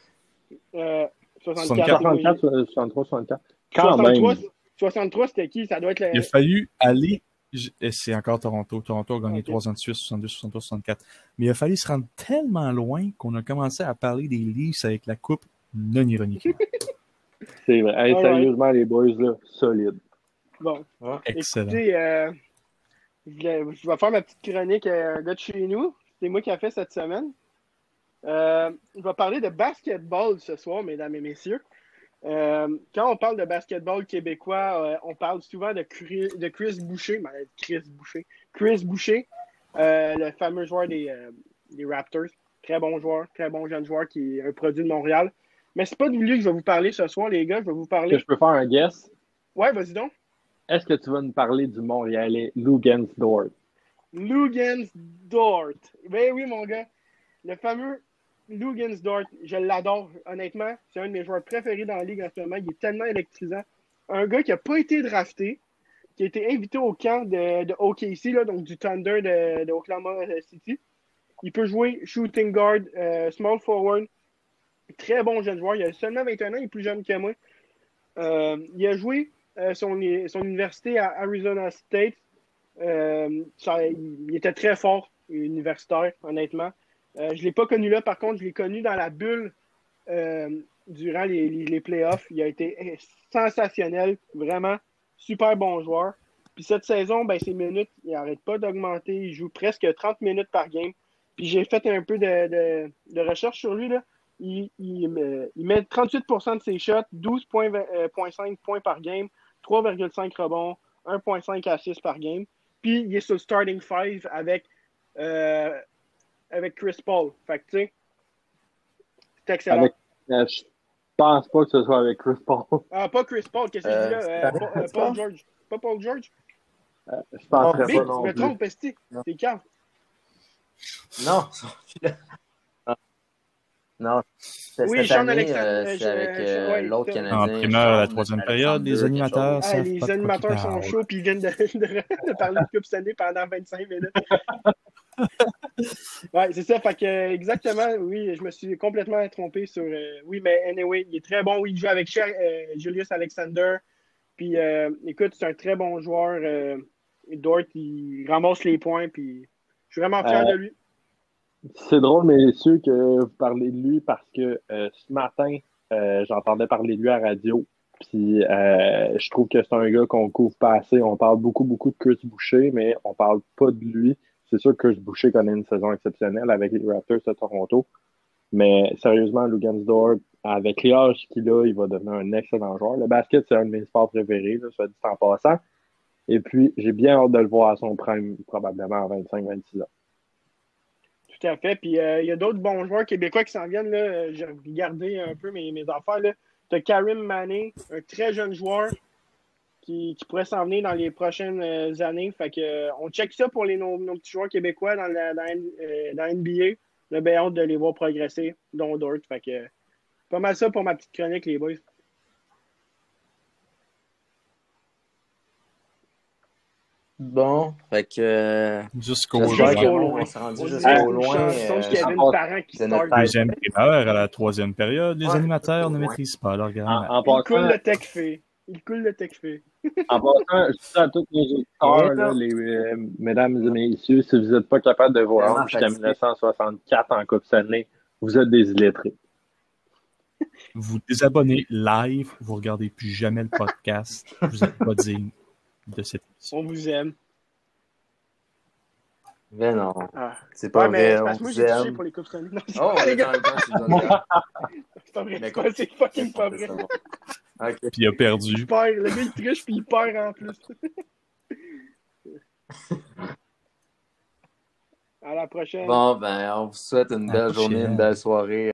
S3: 64,
S4: 63, 64. Quand même.
S3: 63, c'était qui? Ça doit être
S2: Il a fallu aller... C'est encore Toronto. Toronto a gagné 3 ans de suite, 62, 63, 64. Mais il a fallu se rendre tellement loin qu'on a commencé à parler des Leafs avec la coupe non ironique.
S4: C'est vrai. Hey, sérieusement, les boys, là, solide.
S3: Bon.
S2: Excellent.
S3: Écoutez, je vais faire ma petite chronique de chez nous. C'est moi qui ai fait cette semaine. Je vais parler de basketball ce soir, mesdames et messieurs. Quand on parle de basketball québécois, on parle souvent de Chris Boucher. Chris Boucher, le fameux joueur des Raptors. Très bon joueur, très bon jeune joueur qui est un produit de Montréal. Mais c'est pas de lui que je vais vous parler ce soir, les gars. Je vais vous parler.
S4: Que je peux faire un guess?
S3: Ouais, vas-y donc.
S4: est-ce que tu vas nous parler du Montréalais Luguentz-Dort?
S3: Luguentz-Dort. Ben oui, mon gars. Le fameux Luguentz-Dort, je l'adore, honnêtement. C'est un de mes joueurs préférés dans la ligue en ce moment. Il est tellement électrisant. Un gars qui n'a pas été drafté, qui a été invité au camp de OKC, là, donc du Thunder de Oklahoma City. Il peut jouer shooting guard, small forward. Très bon jeune joueur. Il a seulement 21 ans, il est plus jeune que moi. Il a joué son université à Arizona State. Il était très fort, universitaire, honnêtement. Je ne l'ai pas connu là, par contre, je l'ai connu dans la bulle durant les playoffs. Il a été sensationnel, vraiment super bon joueur. Puis cette saison, ben, ses minutes, il n'arrête pas d'augmenter. Il joue presque 30 minutes par game. Puis j'ai fait un peu de recherche sur lui, là. Il met 38% de ses shots, 12,5 points par game, 3,5 rebonds, 1,5 assists par game. Puis il est sur le starting five avec Chris Paul. Fait que tu sais, c'est excellent.
S4: Je pense pas que ce soit avec Chris Paul.
S3: Ah, pas Chris Paul, qu'est-ce que je dis là? Paul George. Pas Paul George?
S4: Je penserais
S3: Big,
S4: pas non
S3: tu me
S4: plus.
S3: trompes, Pesti. C'est quand?
S1: Non. Non.
S3: Oui,
S1: Cette
S3: Sean
S1: année,
S3: Alexander.
S1: c'est avec l'autre Canadien.
S2: En primeur à la
S1: Sean
S2: troisième période, les
S1: Alexander,
S2: animateurs
S1: quelque chose.
S2: savent
S3: Les
S2: pas de quoi
S3: animateurs
S2: qu'ils
S3: sont
S2: parlent.
S3: chauds puis ils viennent de parler de Coupe Stanley pendant 25 minutes. Ouais, c'est ça. Fait que, exactement, oui, je me suis complètement trompé sur. Oui, mais anyway, il est très bon. Oui, il joue avec Julius Alexander. Puis, écoute, c'est un très bon joueur. Dort, il ramasse les points. Puis, je suis vraiment fier de lui.
S4: C'est drôle, messieurs, que vous parlez de lui parce que ce matin, j'entendais parler de lui à la radio. Puis je trouve que c'est un gars qu'on couvre pas assez. On parle beaucoup de Chris Boucher, mais on parle pas de lui. C'est sûr que Chris Boucher connaît une saison exceptionnelle avec les Raptors de Toronto. Mais sérieusement, Luguentz-Dort, avec l'âge qu'il a, il va devenir un excellent joueur. Le basket, c'est un de mes sports préférés, là, soit dit en passant. Et puis, j'ai bien hâte de le voir à son prime, probablement à 25-26 ans.
S3: Tout à fait. Puis il y a d'autres bons joueurs québécois qui s'en viennent. Là. J'ai regardé un peu mes affaires. Tu as Karim Manning, un très jeune joueur qui pourrait s'en venir dans les prochaines années. Fait que on check ça pour nos petits joueurs québécois dans NBA. On a bien hâte de les voir progresser, dont Dort. Fait que pas mal ça pour ma petite chronique, les boys.
S1: Bon, fait que.
S2: Jusqu'au
S1: J'espère que
S3: loin.
S1: on s'est rendu
S3: On
S1: jusqu'au
S3: dirait une
S1: loin.
S3: chanson de Kevin Parent qui
S1: de notre
S3: start.
S2: deuxième primeur à la troisième période, les
S1: Ouais.
S2: animateurs ne maîtrisent pas leur grammaire.
S4: En
S3: Il coule
S4: passant,
S3: le tech fait.
S4: en passant, je dis à tous les auditeurs, là, mesdames et messieurs, si vous n'êtes pas capable de vous
S1: Vraiment
S4: rendre jusqu'à
S1: fatigué.
S4: 1964 en Coupe Stanley, vous êtes des illettrés.
S2: Vous désabonnez live, vous regardez plus jamais le podcast, vous n'êtes pas digne de cette émission.
S3: On vous aime.
S1: Mais non,
S3: Ah.
S1: c'est pas
S3: Ouais, mais
S1: vrai,
S3: parce
S1: on
S3: que moi,
S1: vous
S3: j'ai touché
S1: aime.
S3: pour les coupes Stanley. Non, c'est
S1: Oh,
S3: pas, les
S1: mais en
S3: gars.
S1: même temps, tu nous donnes bien.
S3: C'est pas vrai.
S1: Mais
S3: C'est fucking pas vrai.
S1: C'est bon. Ok.
S2: Puis il a perdu.
S3: Il perd. Le gars, il triche puis il perd en plus. À la prochaine.
S1: Bon, ben, on vous souhaite une
S2: À la
S1: belle journée,
S2: prochaine.
S1: une belle soirée.